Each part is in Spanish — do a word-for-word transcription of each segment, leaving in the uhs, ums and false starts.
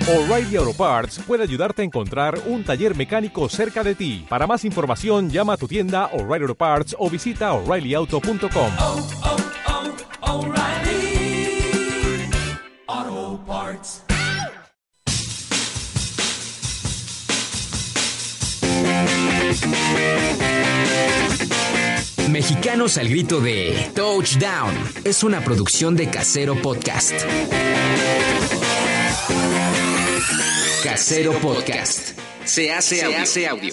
O'Reilly Auto Parts puede ayudarte a encontrar un taller mecánico cerca de ti. Para más información, llama a tu tienda O'Reilly Auto Parts o visita O'Reilly Auto punto com. Oh, oh, oh, O'Reilly Auto Parts. Mexicanos al grito de Touchdown es una producción de Casero Podcast. Casero Podcast. Se hace audio. Se hace audio.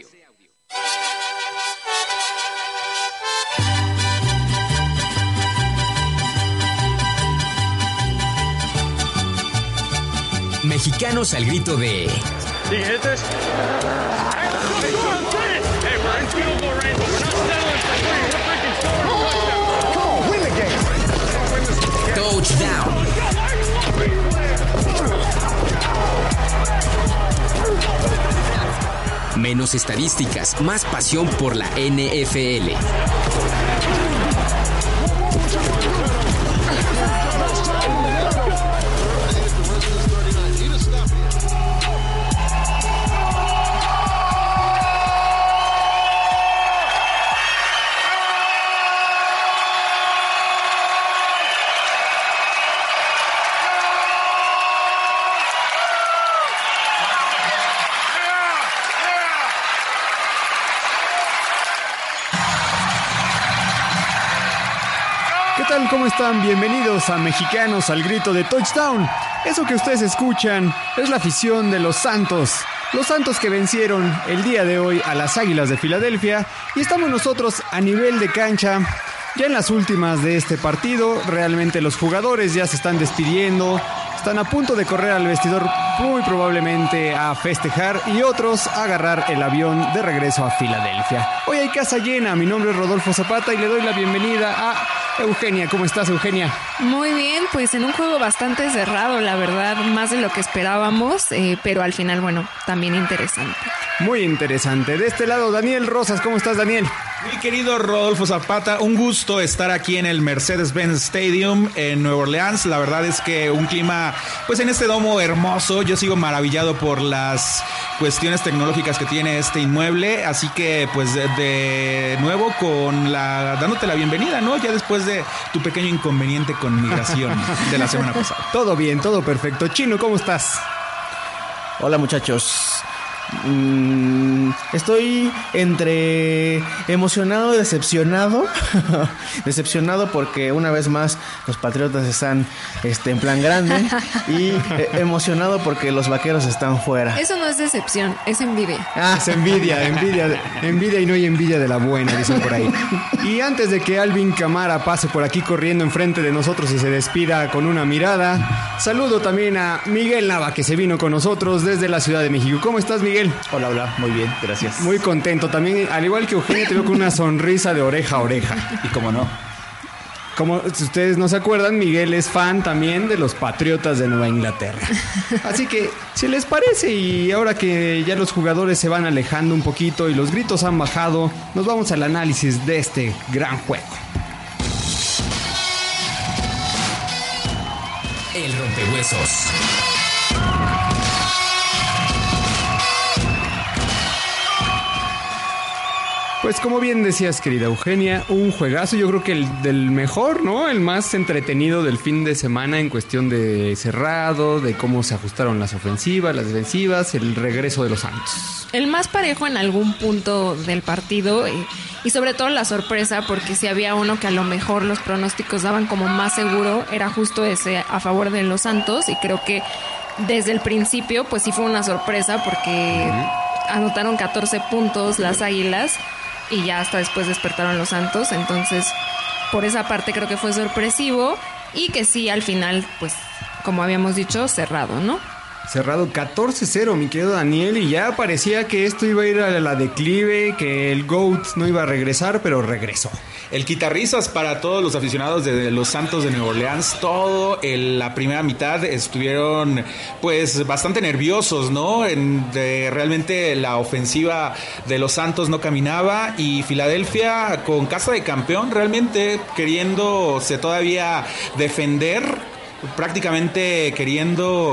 Mexicanos al grito de Touchdown. Menos estadísticas, más pasión por la N F L. ¿Cómo están? Bienvenidos a Mexicanos al grito de Touchdown. Eso que ustedes escuchan es la afición de los Santos. Los Santos que vencieron el día de hoy a las Águilas de Filadelfia. Y estamos nosotros a nivel de cancha, ya en las últimas de este partido. Realmente los jugadores ya se están despidiendo. Están a punto de correr al vestidor, muy probablemente a festejar, y otros a agarrar el avión de regreso a Filadelfia. Hoy hay casa llena. Mi nombre es Rodolfo Zapata y le doy la bienvenida a Eugenia. ¿Cómo estás, Eugenia? Muy bien, pues en un juego bastante cerrado, la verdad, más de lo que esperábamos, eh, pero al final, bueno, también interesante. Muy interesante. De este lado, Daniel Rosas. ¿Cómo estás, Daniel? Mi querido Rodolfo Zapata, un gusto estar aquí en el Mercedes-Benz Stadium en Nueva Orleans. La verdad es que un clima, pues en este domo hermoso. Yo sigo maravillado por las cuestiones tecnológicas que tiene este inmueble. Así que, pues de, de nuevo con la dándote la bienvenida, ¿no? Ya después de tu pequeño inconveniente con migración de la semana pasada. Todo bien, todo perfecto. Chino, ¿cómo estás? Hola, muchachos. Mm, estoy entre emocionado y decepcionado. Decepcionado porque una vez más los Patriotas están este, en plan grande. Y eh, emocionado porque los Vaqueros están fuera. Eso no es decepción, es envidia. Ah, es envidia, envidia, envidia y no hay envidia de la buena, dicen por ahí. Y antes de que Alvin Camara pase por aquí corriendo enfrente de nosotros y se despida con una mirada, saludo también a Miguel Nava, que se vino con nosotros desde la Ciudad de México. ¿Cómo estás, Miguel? Hola, hola, muy bien, gracias. Muy contento también, al igual que Eugenia, te veo con una sonrisa de oreja a oreja. Y cómo no. Como si ustedes no se acuerdan, Miguel es fan también de los Patriotas de Nueva Inglaterra. Así que, si les parece, y ahora que ya los jugadores se van alejando un poquito y los gritos han bajado, nos vamos al análisis de este gran juego. El rompehuesos. Pues como bien decías, querida Eugenia, un juegazo, yo creo que el del mejor, ¿no? El más entretenido del fin de semana en cuestión de cerrado, de cómo se ajustaron las ofensivas, las defensivas, el regreso de los Santos. El más parejo en algún punto del partido, y, y sobre todo la sorpresa, porque si había uno que a lo mejor los pronósticos daban como más seguro, era justo ese a favor de los Santos, y creo que desde el principio pues sí fue una sorpresa porque uh-huh. anotaron catorce puntos las Águilas y ya hasta después despertaron los Santos. Entonces, por esa parte creo que fue sorpresivo y que sí, al final, pues, como habíamos dicho, cerrado, ¿no? Cerrado catorce cero, mi querido Daniel, y ya parecía que esto iba a ir a la declive, que el GOAT no iba a regresar, pero regresó. El quitarrisas para todos los aficionados de los Santos de Nueva Orleans. Todo en la primera mitad estuvieron pues bastante nerviosos, ¿no? En, de, realmente la ofensiva de los Santos no caminaba y Filadelfia con casa de campeón realmente queriéndose todavía defender, prácticamente queriendo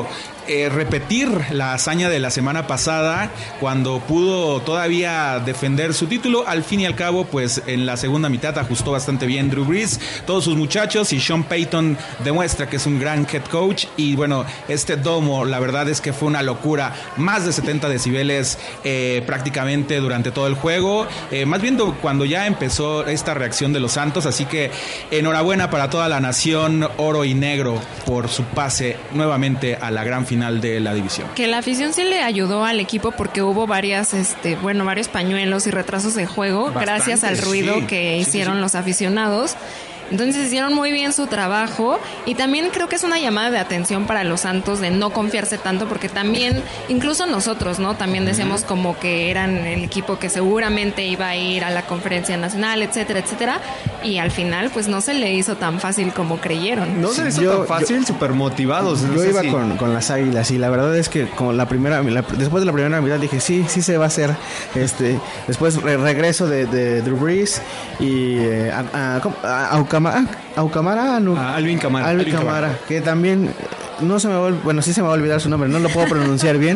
eh, repetir la hazaña de la semana pasada cuando pudo todavía defender su título. Al fin y al cabo, pues en la segunda mitad ajustó bastante bien Drew Brees, todos sus muchachos, y Sean Payton demuestra que es un gran head coach. Y bueno, este domo, la verdad es que fue una locura, más de setenta decibeles eh, prácticamente durante todo el juego, eh, más bien do, cuando ya empezó esta reacción de los Santos. Así que enhorabuena para toda la nación oro y negro por su pase nuevamente a la gran final de la división. Que la afición sí le ayudó al equipo porque hubo varias, este, bueno, varios pañuelos y retrasos de juego. Bastante, gracias al ruido sí, que sí, hicieron sí, sí. los aficionados. Entonces hicieron muy bien su trabajo, y también creo que es una llamada de atención para los Santos de no confiarse tanto, porque también, incluso nosotros, ¿no? También decíamos como que eran el equipo que seguramente iba a ir a la conferencia nacional, etcétera, etcétera, y al final pues no se le hizo tan fácil como creyeron. No se le hizo yo, tan fácil, súper motivados. Yo, no yo sé iba si... con, con las Águilas, y la verdad es que con la primera, la, después de la primera mitad dije, sí, sí se va a hacer. Este, después re, regreso de, de Drew Brees y eh, a, a, a, a Aucamara, Aucamara, no, ah, Alvin Kamara, Alvin Kamara, que también no se me va, bueno, sí se me va a olvidar su nombre, no lo puedo pronunciar bien.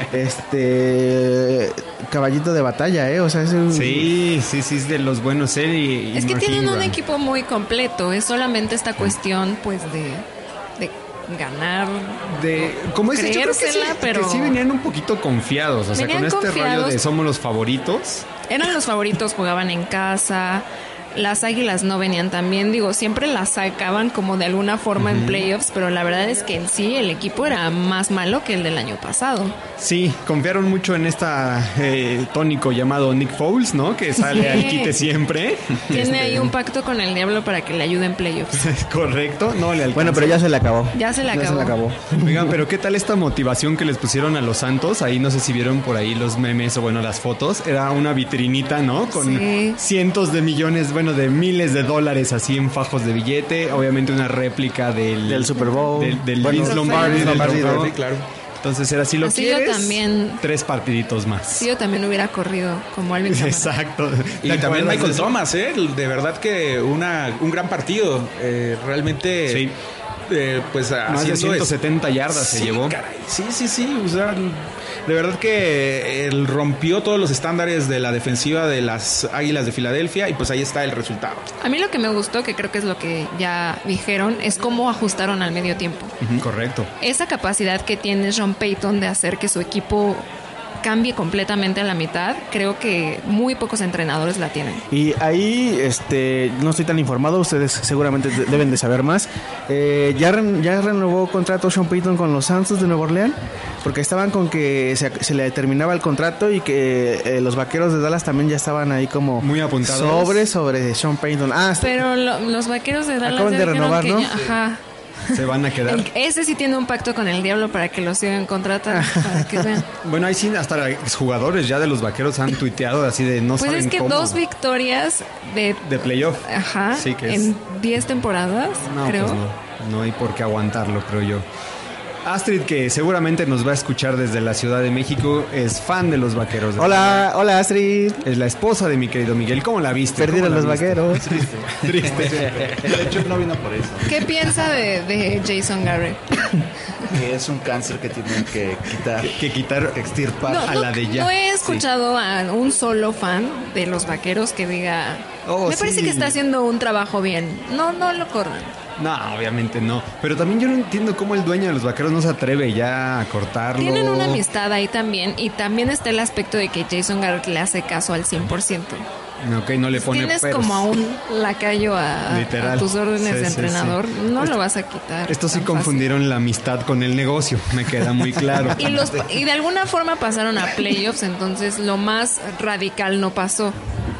Este caballito de batalla, eh, o sea, es un... sí, sí, sí, es de los buenos él y, y es que Mark tienen Ingram. Un equipo muy completo, es solamente esta cuestión, pues, de, de ganar, de como dice, yo creo que sí, pero que sí venían un poquito confiados, o sea, con este confiados, rollo de somos los favoritos. Eran los favoritos, jugaban en casa. Las Águilas no venían tan bien, digo, siempre las sacaban como de alguna forma uh-huh. en playoffs, pero la verdad es que en sí el equipo era más malo que el del año pasado. Sí, confiaron mucho en esta eh, tónico llamado Nick Foles, ¿no? Que sale sí. al quite siempre. Tiene este... ahí un pacto con el diablo para que le ayude en playoffs. Correcto, no le alcanza. Bueno, pero ya se le acabó. Ya se le acabó. Ya se le acabó. Oigan, pero ¿qué tal esta motivación que les pusieron a los Santos? Ahí no sé si vieron por ahí los memes o bueno, las fotos. Era una vitrinita, ¿no? Con sí. cientos de millones, bueno, de miles de dólares así en fajos de billete. Obviamente una réplica del, del Super Bowl. Del, del bueno, Vince Lombardi. Lombardi, del sí, claro. Entonces era, si lo así quieres, yo también, tres partiditos más. Sí, yo también hubiera corrido como Alvin Kamara. Exacto. Y también Michael Thomas, ¿eh? De verdad que una, un gran partido. Eh, realmente... Sí. Eh, pues más de ciento setenta es... yardas sí, se llevó. Caray. Sí, sí, sí. O sea, de verdad que él rompió todos los estándares de la defensiva de las Águilas de Filadelfia y pues ahí está el resultado. A mí lo que me gustó, que creo que es lo que ya dijeron, es cómo ajustaron al medio tiempo. Uh-huh, correcto. Esa capacidad que tiene Sean Payton de hacer que su equipo cambie completamente a la mitad, creo que muy pocos entrenadores la tienen. Y ahí, este, no estoy tan informado, ustedes seguramente deben de saber más. Eh, ya, ren, ya renovó contrato Sean Payton con los Santos de Nueva Orleans, porque estaban con que se, se le terminaba el contrato y que eh, los Vaqueros de Dallas también ya estaban ahí como muy apuntados sobre sobre Sean Payton. Ah, pero lo, los Vaqueros de Dallas acaban de renovar, ¿no? Ya, ajá. Se van a quedar. El, ese sí tiene un pacto con el diablo para que lo sigan contratando, para que vean. Bueno, ahí sí, hasta los jugadores ya de los Vaqueros han tuiteado así de no pues saben es que cómo. dos victorias de... De playoff. Ajá, sí, que en es... diez temporadas, no, creo. Pues no, no hay por qué aguantarlo, creo yo. Astrid, que seguramente nos va a escuchar desde la Ciudad de México, es fan de los Vaqueros. De hola, hola Astrid. Es la esposa de mi querido Miguel. ¿Cómo la viste? Perdieron los viste? Vaqueros. Triste. Triste. De hecho, no vino por eso. ¿Qué piensa de, de Jason Garrett? Que es un cáncer que tienen que quitar. Que, que quitar, extirpar no, a no, la de ya. No he escuchado sí. a un solo fan de los Vaqueros que diga, oh, me sí. parece que está haciendo un trabajo bien. No, no lo corran. No, obviamente no. Pero también yo no entiendo cómo el dueño de los Vaqueros no se atreve ya a cortarlo. Tienen una amistad ahí también. Y también está el aspecto de que Jason Garrett le hace caso al cien por ciento. Ok, no le pone Tienes peros. como a un lacayo a, a tus órdenes sí, de entrenador. Sí, sí. No esto, lo vas a quitar. Esto sí confundieron fácil. La amistad con el negocio. Me queda muy claro. y, los, y de alguna forma pasaron a playoffs. Entonces lo más radical no pasó.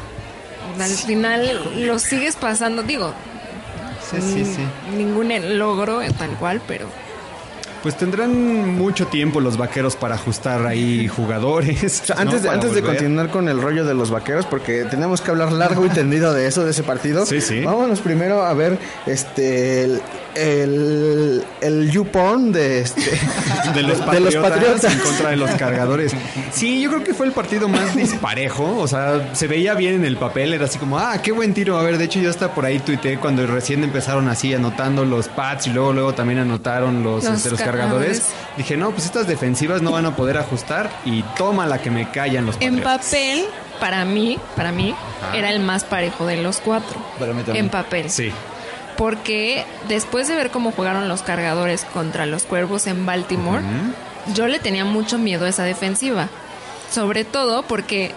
Al sí. final lo sigues pasando. Digo... Sí, sí, sí. Ningún logro tal cual, pero... Pues tendrán mucho tiempo los Vaqueros para ajustar ahí jugadores. O sea, antes, ¿no? de, antes de continuar con el rollo de los Vaqueros, porque tenemos que hablar largo y tendido de eso, de ese partido. Sí, sí. Vámonos primero a ver este el, el YouPorn de, este, de, los de los Patriotas en contra de los Cargadores. Sí, yo creo que fue el partido más disparejo. O sea, se veía bien en el papel. Era así como, ah, qué buen tiro. A ver, de hecho yo hasta por ahí tuiteé cuando recién empezaron así anotando los Pats y luego luego también anotaron los, Los este, los Cargadores. Cargadores. Dije, no, pues estas defensivas no van a poder ajustar y toma la que me callan los En Patriotas. papel, para mí, para mí, era el más parejo de los cuatro. Para mí también. En papel. Sí. Porque después de ver cómo jugaron los Cargadores contra los Cuervos en Baltimore, uh-huh. yo le tenía mucho miedo a esa defensiva. Sobre todo porque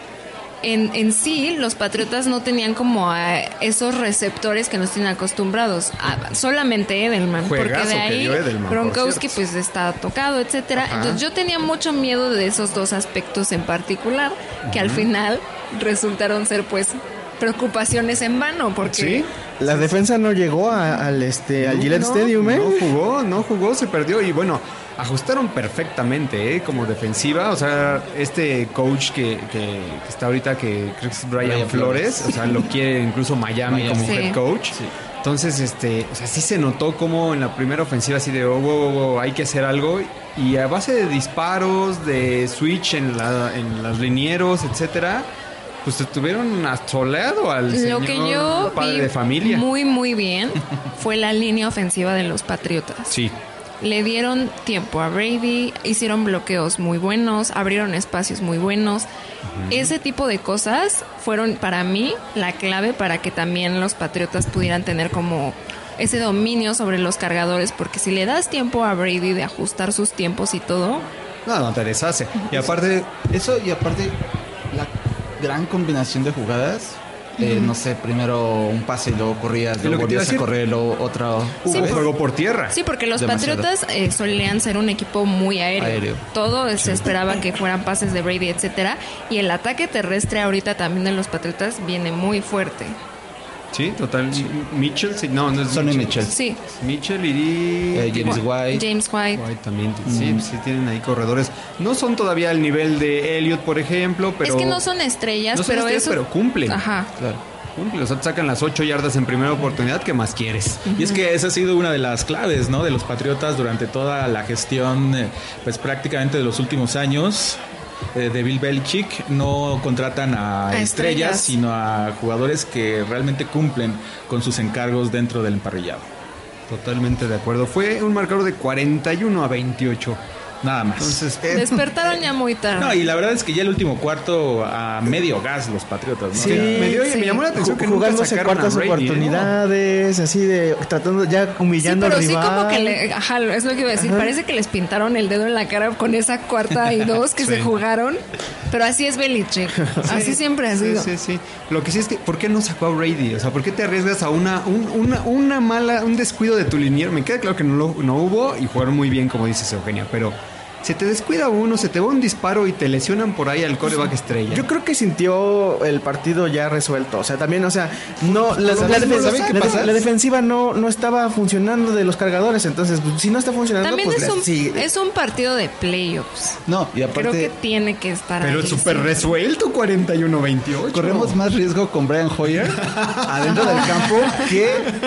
en, en sí los Patriotas no tenían como a esos receptores que nos tienen acostumbrados. A, solamente Edelman. Juegazo porque de que ahí dio Edelman, Gronkowski pues está tocado, etcétera. Ajá. Entonces yo tenía mucho miedo de esos dos aspectos en particular, que uh-huh. al final resultaron ser pues preocupaciones en vano, porque ¿Sí? la defensa no llegó a, al este al No, Gillette no, Stadium, ¿eh? No jugó, no jugó, se perdió y bueno, ajustaron perfectamente, ¿eh? Como defensiva, o sea, este coach que, que, que está ahorita, que creo que es Brian, Brian Flores, Flores, o sea, lo quiere incluso Miami, Miami. como Sí. head coach. Sí. Entonces, este, o sea, sí se notó como en la primera ofensiva así de, oh, wow, wow, wow, hay que hacer algo. Y a base de disparos, de switch en, la, en los linieros, etcétera, pues estuvieron asoleado al lo señor que yo padre vi de familia. muy muy bien fue la línea ofensiva de los Patriotas. Sí. Le dieron tiempo a Brady, hicieron bloqueos muy buenos, abrieron espacios muy buenos. Uh-huh. Ese tipo de cosas fueron para mí la clave para que también los Patriotas pudieran tener como ese dominio sobre los Cargadores, porque si le das tiempo a Brady de ajustar sus tiempos y todo, No, no te deshace. Y aparte, eso y aparte, la gran combinación de jugadas. Eh, no sé, primero un pase y luego corrías, lo luego que te iba a volvías a decir. correr, luego otra. Sí, Hubo por- juego por tierra. sí, porque los Demasiado. Patriotas eh, solían ser un equipo muy aéreo. Aéreo. Todo se esperaba que fueran pases de Brady, etcétera. Y el ataque terrestre ahorita también de los Patriotas viene muy fuerte. Sí, total. Mitchell, sí, no, no es Sonny Mitchell. Sí, Mitchell y Eh, James White. James White. White también. Sí, sí tienen ahí corredores. No son todavía al nivel de Elliott, por ejemplo, pero es que no son estrellas, no son pero estrellas, eso... pero cumplen. Ajá. Claro. Cumplen, o sea, te sacan las ocho yardas en primera oportunidad, ¿qué más quieres? Y es que esa ha sido una de las claves, ¿no? De los Patriotas durante toda la gestión, eh, pues prácticamente de los últimos años eh, de Bill Belichick. No contratan a, A estrellas, estrellas. sino a jugadores que realmente cumplen con sus encargos dentro del emparrillado. Totalmente de acuerdo. Fue un marcador de cuarenta y uno a veintiocho. Nada más. Entonces, eh, Despertaron ya muy tarde. No, y la verdad es que ya el último cuarto a medio gas los Patriotas, ¿no? Sí, me, dio, sí. me llamó la atención que nunca jugándose sacaron cuartas a Brady, ¿eh? oportunidades, así de tratando ya Sí, humillando pero al sí rival. como que le, ajá, es lo que iba a decir, Ajá. parece que les pintaron el dedo en la cara con esa cuarta y dos que Sí. se jugaron, pero así es Belichick, así siempre ha Sí, sido. sí, sí. Lo que sí es que, ¿por qué no sacó a Brady? O sea, ¿por qué te arriesgas a una, un- una, una mala, un descuido de tu liniero? Me queda claro que no, lo, no hubo y jugaron muy bien, como dices, Eugenia, pero se te descuida uno, se te va un disparo y te lesionan por ahí al coreback estrella. Yo creo que sintió el partido ya resuelto. O sea, también, o sea, no la, ¿Sabes- la defen- ¿saben qué la- pasa? la defensiva no, no estaba funcionando de los Cargadores. Entonces, pues, si no está funcionando, También pues es le- un, sí. es un partido de playoffs. No, y aparte Creo que tiene que estar Pero ahí. es súper sí. resuelto, cuarenta y uno a veintiocho. corremos más riesgo con Brian Hoyer adentro del campo que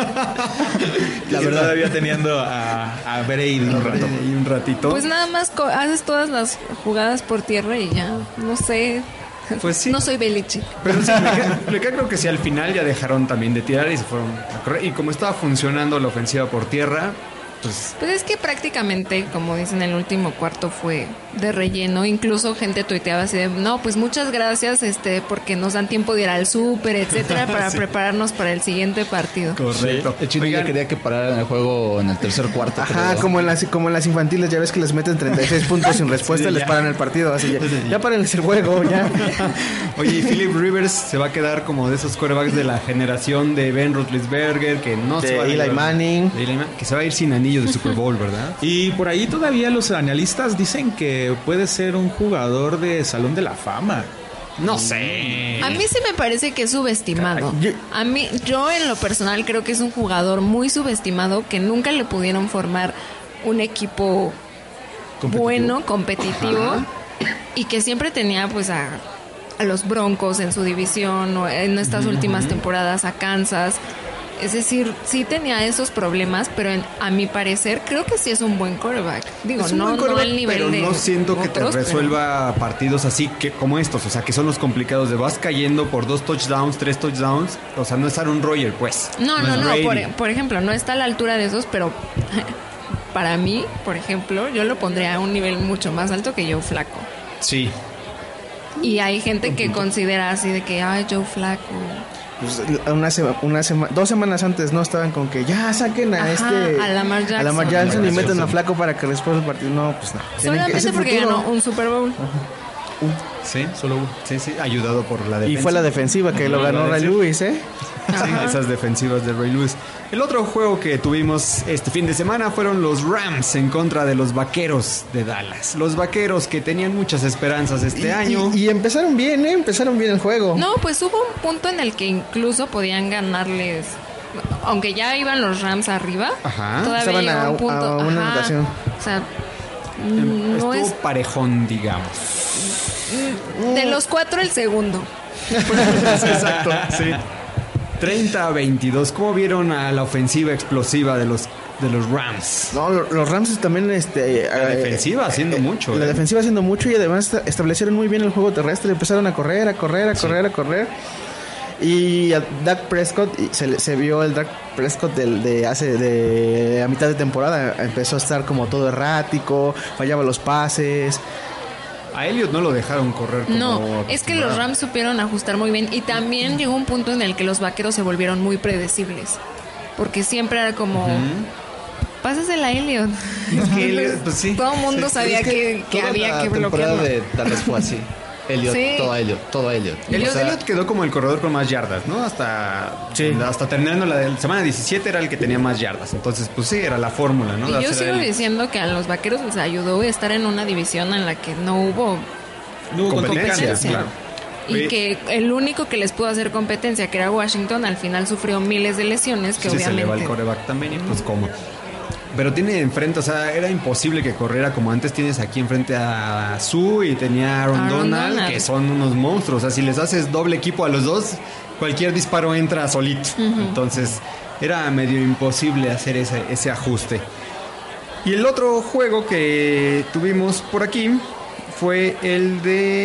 La verdad, todavía teniendo a, a Brady un rato. Y un ratito. Pues nada más co- haces todas las jugadas por tierra y ya, no sé. Pues sí. No soy Belichick. Pero sí, me queda, me queda creo que sí, al final ya dejaron también de tirar y se fueron a correr. Y como estaba funcionando la ofensiva por tierra, pues Pues es que prácticamente, como dicen, el último cuarto fue de relleno. Incluso gente tuiteaba así de, no, pues muchas gracias este porque nos dan tiempo de ir al súper, etcétera, para Sí. prepararnos para el siguiente partido. correcto. el chino ya Oigan, quería que pararan el juego en el tercer cuarto. Ajá, pero- como en las como en las infantiles, ya ves que les meten treinta y seis puntos sin respuesta Sí, y les ya. paran el partido. Así ya, ya párenles el juego, ya. Oye, y Philip Rivers se va a quedar como de esos quarterbacks de la generación de Ben Roethlisberger, que no De se va a Eli llevar- Manning. de Eli Man- que se va a ir sin anillo de Super Bowl, ¿verdad? Y por ahí todavía los analistas dicen que puede ser un jugador de Salón de la Fama. No sé. A mí sí me parece que es subestimado. Yo- A mí, yo en lo personal creo que es un jugador muy subestimado que nunca le pudieron formar un equipo Competitivo. bueno, competitivo y que siempre tenía pues a, a los Broncos en su división o en estas últimas temporadas a Kansas. Es decir, sí tenía esos problemas, pero en- a mi parecer creo que sí es un buen quarterback. Digo, Es un no, buen no quarterback, al nivel pero de no siento que te otros, pero- resuelva partidos así que como estos, o sea, que son los complicados de vas cayendo por dos touchdowns, tres touchdowns, o sea, no es Aaron Rodgers, pues. No, no, es no, Brady. por, por ejemplo, no está a la altura de esos, pero para mí, por ejemplo, yo lo pondría a un nivel mucho más alto que Joe Flacco. Sí. Y hay gente que considera así de que, ay, Joe Flacco. Pues, una sema- una sema- dos semanas antes no estaban con que ya saquen a Ajá, este a Lamar Jackson. a Lamar Jackson y Lamar meten a Jackson. Flaco para que resuelva el partido. No, pues no. Tienen que- Solamente ese porque futuro. ganó un Super Bowl. Sí, solo uno. Sí, sí, ayudado por la defensa. Y fue la defensiva que lo ganó Ray Lewis, ¿eh? Sí, Ajá. esas defensivas de Ray Lewis. El otro juego que tuvimos este fin de semana fueron los Rams en contra de los Vaqueros de Dallas. Los Vaqueros que tenían muchas esperanzas este Y- año. Y, y empezaron bien, ¿eh? Empezaron bien el juego. No, pues hubo un punto en el que incluso podían ganarles, aunque ya iban los Rams arriba, Ajá. todavía Estaban llegó a- un punto. a una ajá. anotación. O sea, Em, no Estuvo es parejón, digamos. de los cuatro el segundo. Exacto, sí. treinta a veintidós. ¿Cómo vieron a la ofensiva explosiva de los, de los Rams? No, lo- los Rams también, este... La eh, defensiva haciendo mucho. La ¿eh? defensiva haciendo mucho y además esta- establecieron muy bien el juego terrestre. Empezaron a correr, a correr, a correr, a correr. Y a Dak Prescott, y se, le- se vio el Dak Prescott del, de hace de a mitad de temporada. Empezó a estar como todo errático, fallaba los pases. A Elliot no lo dejaron correr como No, es que los acostumbrado. Rams supieron ajustar muy bien y también llegó un punto en el que los Vaqueros se volvieron muy predecibles. Porque siempre era como, pásasela a Elliot. Es que Elliot, pues sí. Todo el mundo Sí, sabía es que, que toda había la que temporada bloquearlo. de Dallas fue así. Elliot, Sí. todo Elliot, todo Elliot. Elliot, O sea, Elliot quedó como el corredor con más yardas, ¿no? Hasta, hasta terminando la de- semana diecisiete era el que tenía más yardas. Entonces, pues sí, era la fórmula, ¿no? Y yo Hacer sigo el- diciendo que a los Vaqueros les ayudó estar en una división en la que no hubo No hubo Competencia, competencia. claro. Y Oye, que el único que les pudo hacer competencia, que era Washington, al final sufrió miles de lesiones que sí, se le va el obviamente... coreback también y pues cómo. Pero tiene enfrente, o sea, era imposible que corriera como antes. Tienes aquí enfrente a Sue y tenía a Aaron, Aaron Donald, Donald. que son unos monstruos. O sea, si les haces doble equipo a los dos, cualquier disparo entra solito. Entonces, era medio imposible hacer ese, ese ajuste. Y el otro juego que tuvimos por aquí fue el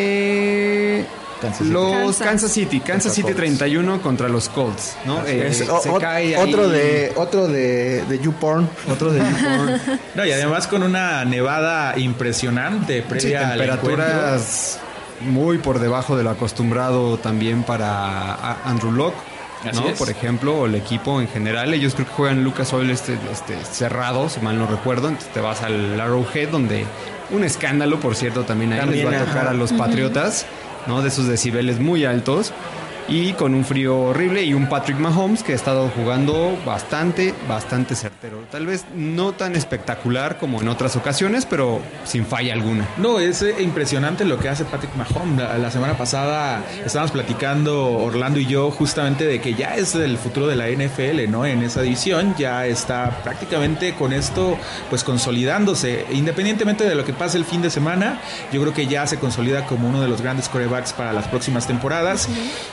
de Kansas City. los Kansas. Kansas City. Kansas Contra City Colts. treinta y uno contra los Colts, ¿no? Eh, Es- se o- o- cae otro ahí- de otro de, de YouPorn. otro de YouPorn. No, y además con una nevada impresionante Sí, previa al encuentro. temperaturas muy por debajo de lo acostumbrado también para a- Andrew Locke, Así ¿no? es. Por ejemplo, o el equipo en general. Ellos creo que juegan Lucas Oil este, este, cerrado, si mal no recuerdo. Entonces te vas al Arrowhead, donde un escándalo, por cierto, también ahí También, les va a tocar ajá. a los Patriotas, ¿no? De esos decibeles muy altos. Y con un frío horrible y un Patrick Mahomes que ha estado jugando bastante, bastante certero. Tal vez no tan espectacular como en otras ocasiones, pero sin falla alguna. No, es eh, impresionante lo que hace Patrick Mahomes. La, la semana pasada estábamos platicando Orlando y yo justamente de que ya es el futuro de la N F L, ¿no? En esa división ya está prácticamente con esto pues consolidándose. Independientemente de lo que pase el fin de semana, yo creo que ya se consolida como uno de los grandes quarterbacks para las próximas temporadas.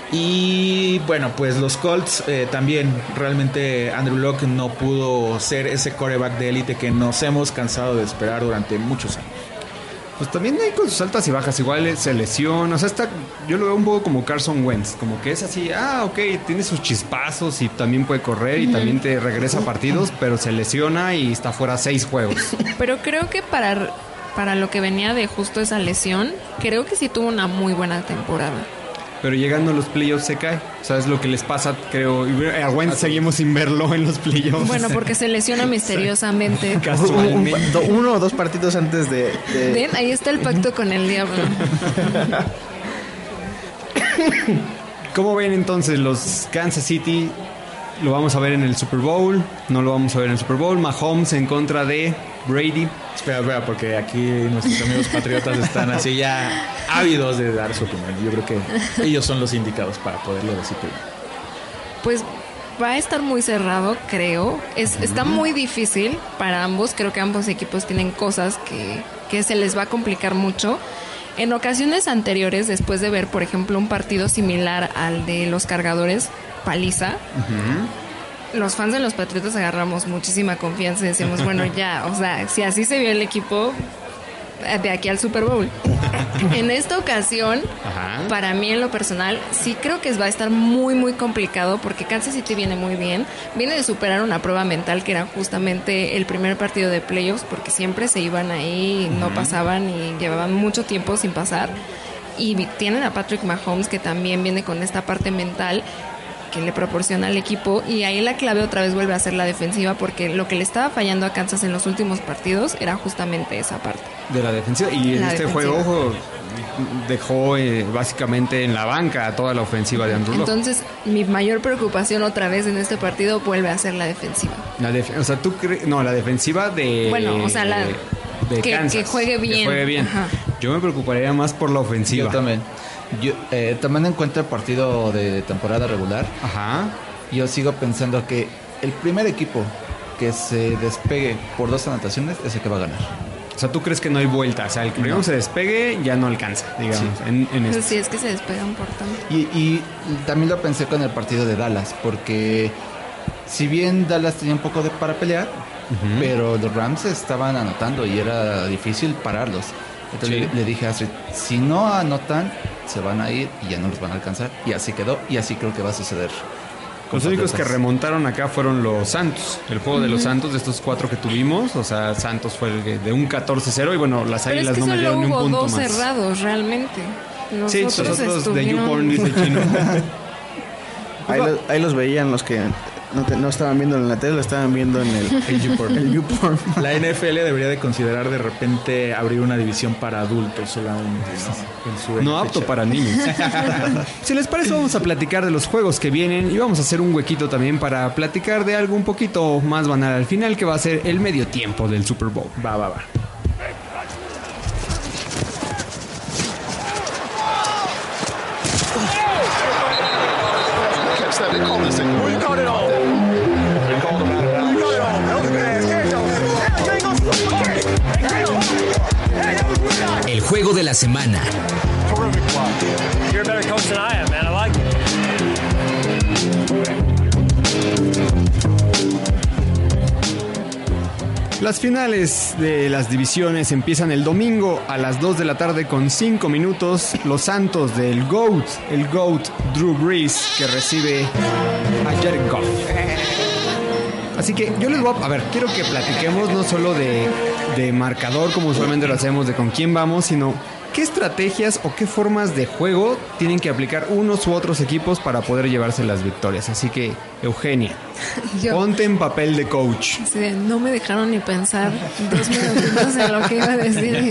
Y bueno, pues los Colts eh, también, realmente Andrew Locke no pudo ser ese quarterback de élite que nos hemos cansado de esperar durante muchos años. Pues también hay con sus altas y bajas, igual se lesiona, o sea, está, yo lo veo un poco como Carson Wentz, como que es así, ah, ok, tiene sus chispazos y también puede correr y también te regresa a partidos, pero se lesiona y está fuera seis juegos. Pero creo que para, para lo que venía de justo esa lesión, creo que sí tuvo una muy buena temporada. Pero llegando a los playoffs se cae, o sea, es lo que les pasa, creo, y a Wentz seguimos sin verlo en los playoffs. Bueno, porque se lesiona misteriosamente. Casualmente. Un- un- uno o dos partidos antes de, de- Ven, ahí está el pacto con el diablo. ¿Cómo ven entonces los Kansas City? ¿Lo vamos a ver en el Super Bowl? ¿No lo vamos a ver en el Super Bowl? Mahomes en contra de Brady. Espera, espera, porque aquí nuestros amigos patriotas están así ya ávidos de dar su opinión. Yo creo que ellos son los indicados para poderlo decir primero. Pues va a estar muy cerrado, creo. Es, está muy difícil para ambos. Creo que ambos equipos tienen cosas que, que se les va a complicar mucho. En ocasiones anteriores, después de ver, por ejemplo, un partido similar al de los Cargadores, paliza, los fans de los Patriotas agarramos muchísima confianza y decimos, bueno, ya, o sea, si así se vio el equipo de aquí al Super Bowl. En esta ocasión, Ajá. para mí en lo personal, sí creo que va a estar muy, muy complicado porque Kansas City viene muy bien. Viene de superar una prueba mental que era justamente el primer partido de playoffs, porque siempre se iban ahí, no pasaban y llevaban mucho tiempo sin pasar. Y tienen a Patrick Mahomes, que también viene con esta parte mental que le proporciona al equipo, y ahí la clave otra vez vuelve a ser la defensiva, porque lo que le estaba fallando a Kansas en los últimos partidos era justamente esa parte De la defensiva. Y en La este defensiva. juego ojo, dejó eh, básicamente en la banca a toda la ofensiva de Andrew Luck. Entonces mi mayor preocupación otra vez en este partido vuelve a ser la defensiva. La def- o sea, tú crees... No, la defensiva de... Bueno, o sea, la- de que- Kansas, que juegue bien. Que juegue bien. Ajá. Yo me preocuparía más por la ofensiva. Yo también. Yo, eh, tomando en cuenta el partido de temporada regular, Ajá. yo sigo pensando que el primer equipo que se despegue por dos anotaciones es el que va a ganar. O sea, ¿tú crees que no hay vuelta? O sea, el que primero No. se despegue ya no alcanza, digamos, Sí. en, en Entonces esto. sí es que se despegan por tanto. Y, y también lo pensé con el partido de Dallas, porque si bien Dallas tenía un poco de para pelear, pero los Rams estaban anotando y era difícil pararlos. Entonces Sí. le, le dije a Astrid, si no anotan, se van a ir y ya no los van a alcanzar. Y así quedó, y así creo que va a suceder. con Los únicos que Patriotas. remontaron acá fueron los Santos. El juego de los Santos, de estos cuatro que tuvimos. O sea, Santos fue el que- de un catorce cero. Y bueno, las Pero es Águilas que no me solo dieron ni un hubo punto dos más. cerrados realmente. Los Sí, otros los otros de estuvieron... YouPorn, dice Chino. Ahí, lo- ahí los veían los que no, te- no estaban viendo en la tele, lo estaban viendo en el, el YouPorn. El YouPorn. La N F L debería de considerar de repente abrir una división para adultos solamente, ¿no? En su No N F L. apto para niños. Si les parece, vamos a platicar de los juegos que vienen y vamos a hacer un huequito también para platicar de algo un poquito más banal al final, que va a ser el medio tiempo del Super Bowl. Va, va, va. El juego de la semana. You're a better coach than I am, man. I like it. Las finales de las divisiones empiezan el domingo a las dos de la tarde con cinco minutos. Los Santos del GOAT, el GOAT Drew Brees, que recibe a Jared Goff. Así que yo les voy a... A ver, quiero que platiquemos no solo de, de marcador, como usualmente lo hacemos, de con quién vamos, sino qué estrategias o qué formas de juego tienen que aplicar unos u otros equipos para poder llevarse las victorias. Así que, Eugenia, Yo- ponte en papel de coach. Así de, no me dejaron ni pensar dos minutitos en lo que iba a decir.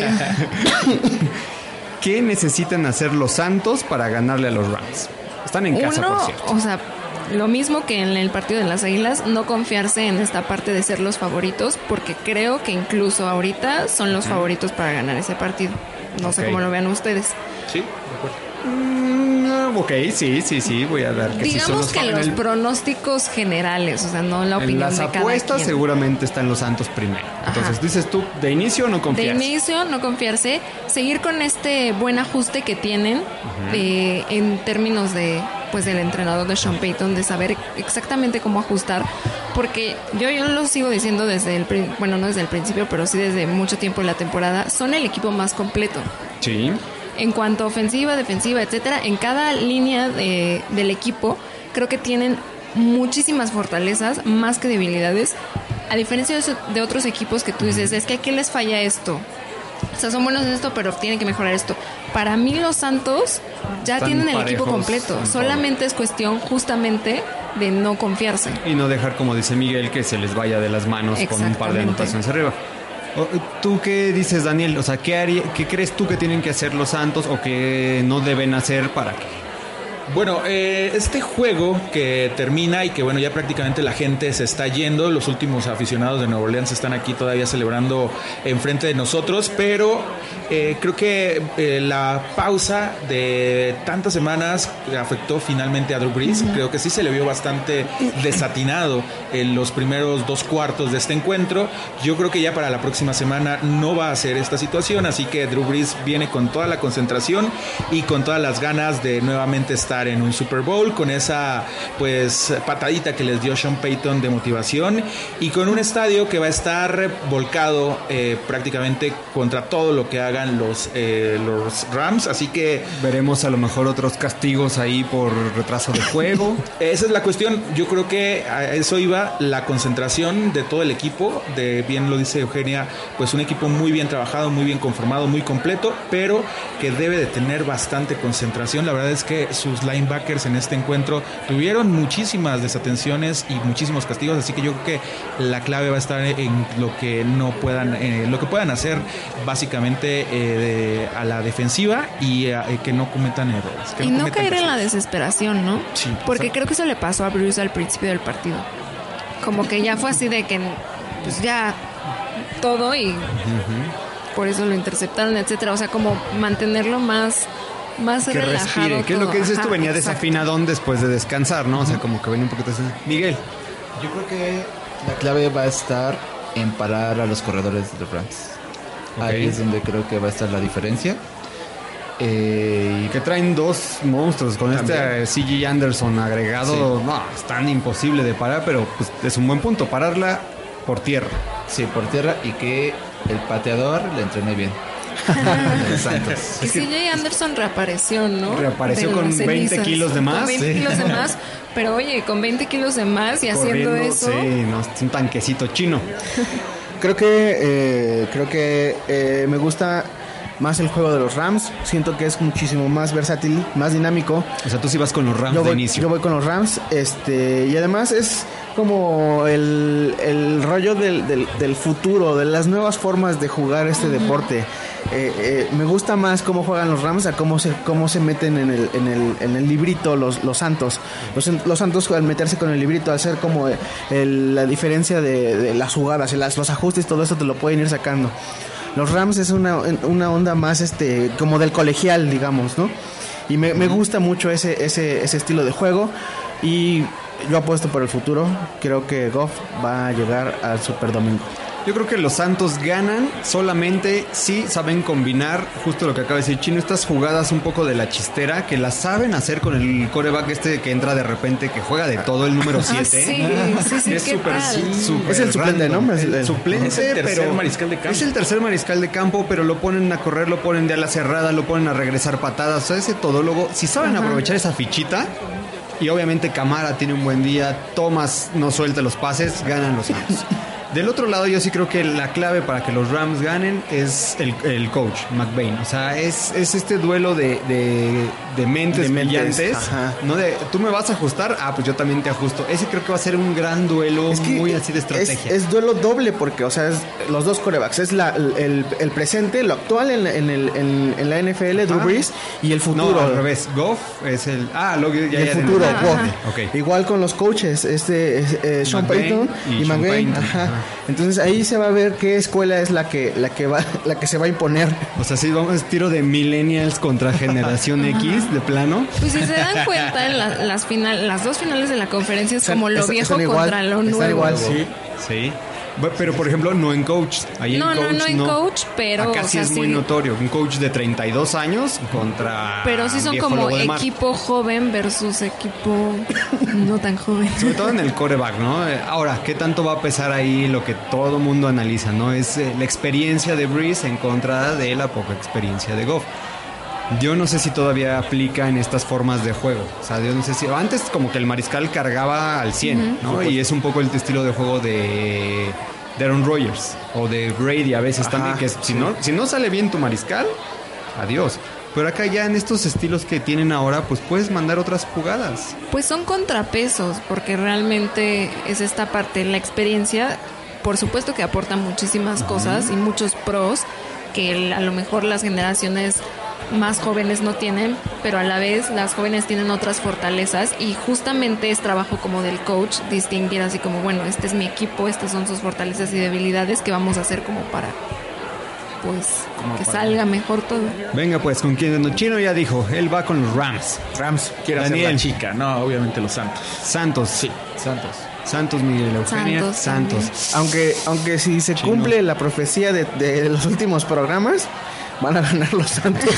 ¿Qué necesitan hacer los Santos para ganarle a los Rams? Están en casa, Uno, por cierto. o sea, lo mismo que en el partido de las Águilas, no confiarse en esta parte de ser los favoritos, porque creo que incluso ahorita son los favoritos para ganar ese partido. No sé Ok. cómo lo vean ustedes. Sí, de acuerdo. Mm, ok, sí, sí, sí, voy a dar que sí son Digamos los que fa- en los el- pronósticos generales, o sea, no la en opinión las de cada apuestas quien. seguramente están los Santos primero. Entonces dices tú, de inicio no De confías. inicio, no confiarse, seguir con este buen ajuste que tienen eh, en términos de, pues, del entrenador de Sean Payton, de saber exactamente cómo ajustar, porque yo, yo lo sigo diciendo desde el, prin- bueno, no desde el principio, pero sí desde mucho tiempo en la temporada, son el equipo más completo. Sí. En cuanto a ofensiva, defensiva, etcétera, en cada línea de- del equipo creo que tienen muchísimas fortalezas más que debilidades, a diferencia de, eso- de otros equipos que tú dices, es que aquí les falla esto. O sea, son buenos en esto, pero tienen que mejorar esto. Para mí los Santos ya Están tienen el equipo parejos completo. en todo. Solamente es cuestión justamente de no confiarse. Y no dejar, como dice Miguel, que se les vaya de las manos con un par de Exactamente. anotaciones arriba. O, ¿Tú qué dices, Daniel? O sea, ¿qué, haría, ¿qué crees tú que tienen que hacer los Santos o que no deben hacer para que? Bueno, eh, este juego que termina y que bueno, ya prácticamente la gente se está yendo, los últimos aficionados de Nueva Orleans están aquí todavía celebrando enfrente de nosotros, pero eh, creo que eh, la pausa de tantas semanas afectó finalmente a Drew Brees. Creo que sí se le vio bastante desatinado en los primeros dos cuartos de este encuentro. Yo creo que ya para la próxima semana no va a ser esta situación, así que Drew Brees viene con toda la concentración y con todas las ganas de nuevamente estar estar en un Super Bowl con esa pues patadita que les dio Sean Payton de motivación y con un estadio que va a estar volcado eh, prácticamente contra todo lo que hagan los, eh, los Rams, así que veremos a lo mejor otros castigos ahí por retraso de juego. Esa es la cuestión. Yo creo que a eso iba la concentración de todo el equipo, de bien lo dice Eugenia, pues un equipo muy bien trabajado, muy bien conformado, muy completo, pero que debe de tener bastante concentración. La verdad es que sus linebackers en este encuentro tuvieron muchísimas desatenciones y muchísimos castigos, así que yo creo que la clave va a estar en lo que no puedan, eh, lo que puedan hacer básicamente eh, de, a la defensiva y eh, que no cometan errores. Que y no, no cometan caer en castigos. la desesperación, ¿no? Sí, porque exacto. creo que eso le pasó a Bruce al principio del partido. Como que ya fue así de que pues ya todo y uh-huh. por eso lo interceptaron, etcétera. O sea, como mantenerlo más más que relajado. respire, que es lo que dices Ajá, tú, venía exacto. desafinadón después de descansar, ¿no? O sea, como que venía un poquito así. Miguel. Yo creo que la clave va a estar en parar a los corredores de los Rams. Okay. Ahí es donde creo que va a estar la diferencia. Eh, y que traen dos monstruos con también. Este C J Anderson agregado. Sí. No, es tan imposible de parar, pero pues, es un buen punto. Pararla por tierra. Sí, por tierra y que el pateador le entrene bien. Santos. Y C J Anderson reapareció, ¿no? Reapareció con veinte kilos de más. Con veinte sí. kilos de más. Pero oye, con veinte kilos de más y corriendo, haciendo eso. Sí, no, es un tanquecito chino. Creo que eh, creo que eh, me gusta más el juego de los Rams. Siento que es muchísimo más versátil, más dinámico. O sea, tú sí vas con los Rams yo voy, de inicio. Yo voy con los Rams, este, y además es como el, el rollo del, del, del futuro, de las nuevas formas de jugar este uh-huh. deporte. Eh, eh, me gusta más cómo juegan los Rams a cómo se cómo se meten en el en el, en el librito los, los Santos. Los, los Santos al meterse con el librito, al ser como el, la diferencia de, de las jugadas, las, los ajustes, todo eso te lo pueden ir sacando. Los Rams es una, una onda más este como del colegial, digamos, ¿no? Y me, me gusta mucho ese, ese, ese estilo de juego. Y yo apuesto por el futuro. Creo que Goff va a llegar al Super Domingo. Yo creo que los Santos ganan solamente si saben combinar justo lo que acaba de decir Chino, estas jugadas un poco de la chistera, que las saben hacer con el quarterback este que entra de repente, que juega de todo, el número siete. Ah, sí, sí, sí, es súper, super es el suplente, ¿no? Es el suplente, es el tercer pero mariscal de campo. Es el tercer mariscal de campo, pero lo ponen a correr, lo ponen de ala cerrada, lo ponen a regresar patadas. O sea, ese todólogo, si saben Ajá. aprovechar esa fichita, y obviamente Camara tiene un buen día, Thomas no suelta los pases, ganan los Santos. Del otro lado, yo sí creo que la clave para que los Rams ganen es el, el coach, McVay. O sea, es, es este duelo de, de, de mentes de brillantes. Mentes, ajá. No de, tú me vas a ajustar, ah, pues yo también te ajusto. Ese creo que va a ser un gran duelo, es que muy así de estrategia. Es, es duelo doble porque, o sea, es los dos quarterbacks. Es la, el, el presente, lo actual en, en, el, en, en la N F L, Drew Brees, y el futuro. No, al revés. Goff es el... Ah, lo que ya, y el ya futuro, Goff. Okay. Igual con los coaches, este eh, Sean Payton y, y McVay. Ajá. Ajá. Entonces ahí se va a ver qué escuela es la que la que va la que se va a imponer. O sea, sí, vamos a tiro de millennials contra generación X de plano. Pues si se dan cuenta en la, las final, las dos finales de la conferencia es están, como lo están, viejo están contra igual, lo nuevo. Están igual, sí. Sí. Pero por ejemplo, no en coach. Ahí no, en coach, no, no en no. coach, pero acá sí o sea, es sí, muy notorio. Un coach de treinta y dos años contra. Pero sí son como equipo joven versus equipo no tan joven. Sobre todo en el quarterback, ¿no? Ahora, ¿qué tanto va a pesar ahí lo que todo mundo analiza, ¿no? Es eh, la experiencia de Brees en contra de la poca experiencia de Goff. Yo no sé si todavía aplica en estas formas de juego. O sea, yo no sé si... Antes como que el mariscal cargaba al cien, uh-huh. ¿no? Y es un poco el estilo de juego de... de Aaron Rodgers o de Brady a veces Ajá, también, que sí. si, no, si no sale bien tu mariscal, adiós. Pero acá ya en estos estilos que tienen ahora, pues puedes mandar otras jugadas. Pues son contrapesos, porque realmente es esta parte, la experiencia, por supuesto que aporta muchísimas uh-huh. cosas y muchos pros que a lo mejor las generaciones más jóvenes no tienen, pero a la vez las jóvenes tienen otras fortalezas y justamente es trabajo como del coach distinguir así como, bueno, este es mi equipo, estas son sus fortalezas y debilidades que vamos a hacer como para pues como que para... salga mejor todo. Venga pues, con quien Chino ya dijo, él va con los Rams. Rams, quiere hacer la chica, no, obviamente los Santos. Santos, sí, Santos. Santos, Miguel Eugenia, Santos. Santos. Aunque, aunque si se Chino. cumple la profecía de, de los últimos programas, van a ganar los Santos.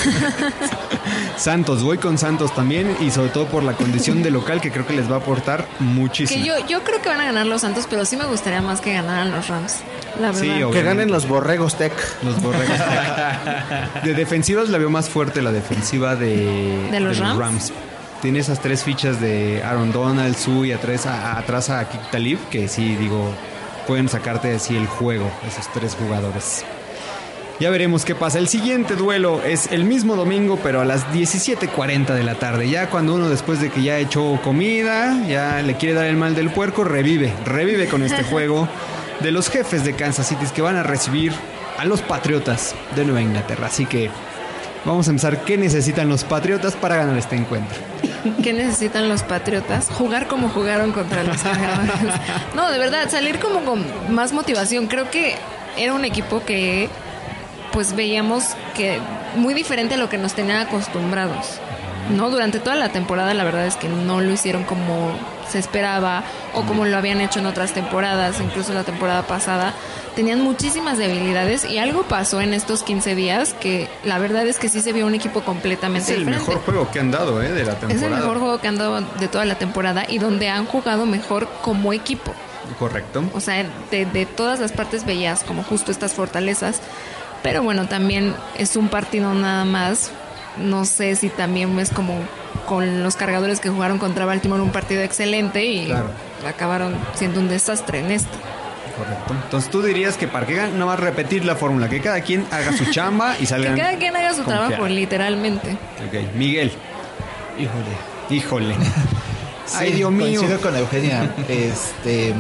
Santos, voy con Santos también y sobre todo por la condición de local que creo que les va a aportar muchísimo. Que yo, yo creo que van a ganar los Santos, pero sí me gustaría más que ganaran los Rams. La verdad. Sí, Que obviamente. ganen los Borregos Tech. Los borregos. De defensivas la veo más fuerte la defensiva de, ¿De los Rams? Tiene esas tres fichas de Aaron Donald, Sue y atrás a, atrás a Kik Talib, que sí, digo, pueden sacarte así el juego, esos tres jugadores. Ya veremos qué pasa. El siguiente duelo es el mismo domingo, pero a las diecisiete cuarenta de la tarde. Ya cuando uno después de que ya echó comida, ya le quiere dar el mal del puerco, revive, revive con este juego de los Jefes de Kansas City que van a recibir a los Patriotas de Nueva Inglaterra. Así que vamos a empezar. ¿Qué necesitan los Patriotas para ganar este encuentro? ¿Qué necesitan los Patriotas? Jugar como jugaron contra los Cargadores. No, de verdad, salir como con más motivación. Creo que era un equipo que pues veíamos que muy diferente a lo que nos tenían acostumbrados, ¿no? Durante toda la temporada la verdad es que no lo hicieron como se esperaba o como lo habían hecho en otras temporadas, incluso la temporada pasada. Tenían muchísimas debilidades y algo pasó en estos quince días que la verdad es que sí se vio un equipo completamente Es el diferente. mejor juego que han dado, ¿eh? De la temporada. Es el mejor juego que han dado de toda la temporada y donde han jugado mejor como equipo. Correcto. O sea, de, de todas las partes veías como justo estas fortalezas. Pero bueno, también es un partido nada más. No sé si también es como con los Cargadores que jugaron contra Baltimore, un partido excelente y Claro. acabaron siendo un desastre en esto. Correcto. Entonces tú dirías que para que ganen, nada más repetir la fórmula, que cada quien haga su chamba y Que salgan. cada quien haga su confiar. trabajo, literalmente. Ok, Miguel. Híjole. Híjole. Sí, Ay, Dios mío. Coincido con Eugenia. Este,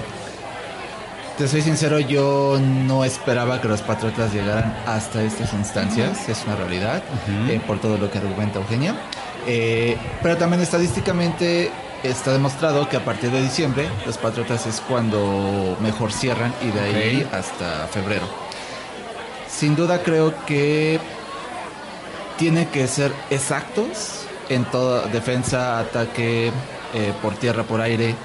te soy sincero, yo no esperaba que los Patriotas llegaran hasta estas instancias. Es una realidad, eh, por todo lo que argumenta Eugenia. Eh, pero también estadísticamente está demostrado que a partir de diciembre los Patriotas es cuando mejor cierran y de ahí hasta febrero. Sin duda creo que tiene que ser exactos en toda defensa, ataque, eh, por tierra, por aire.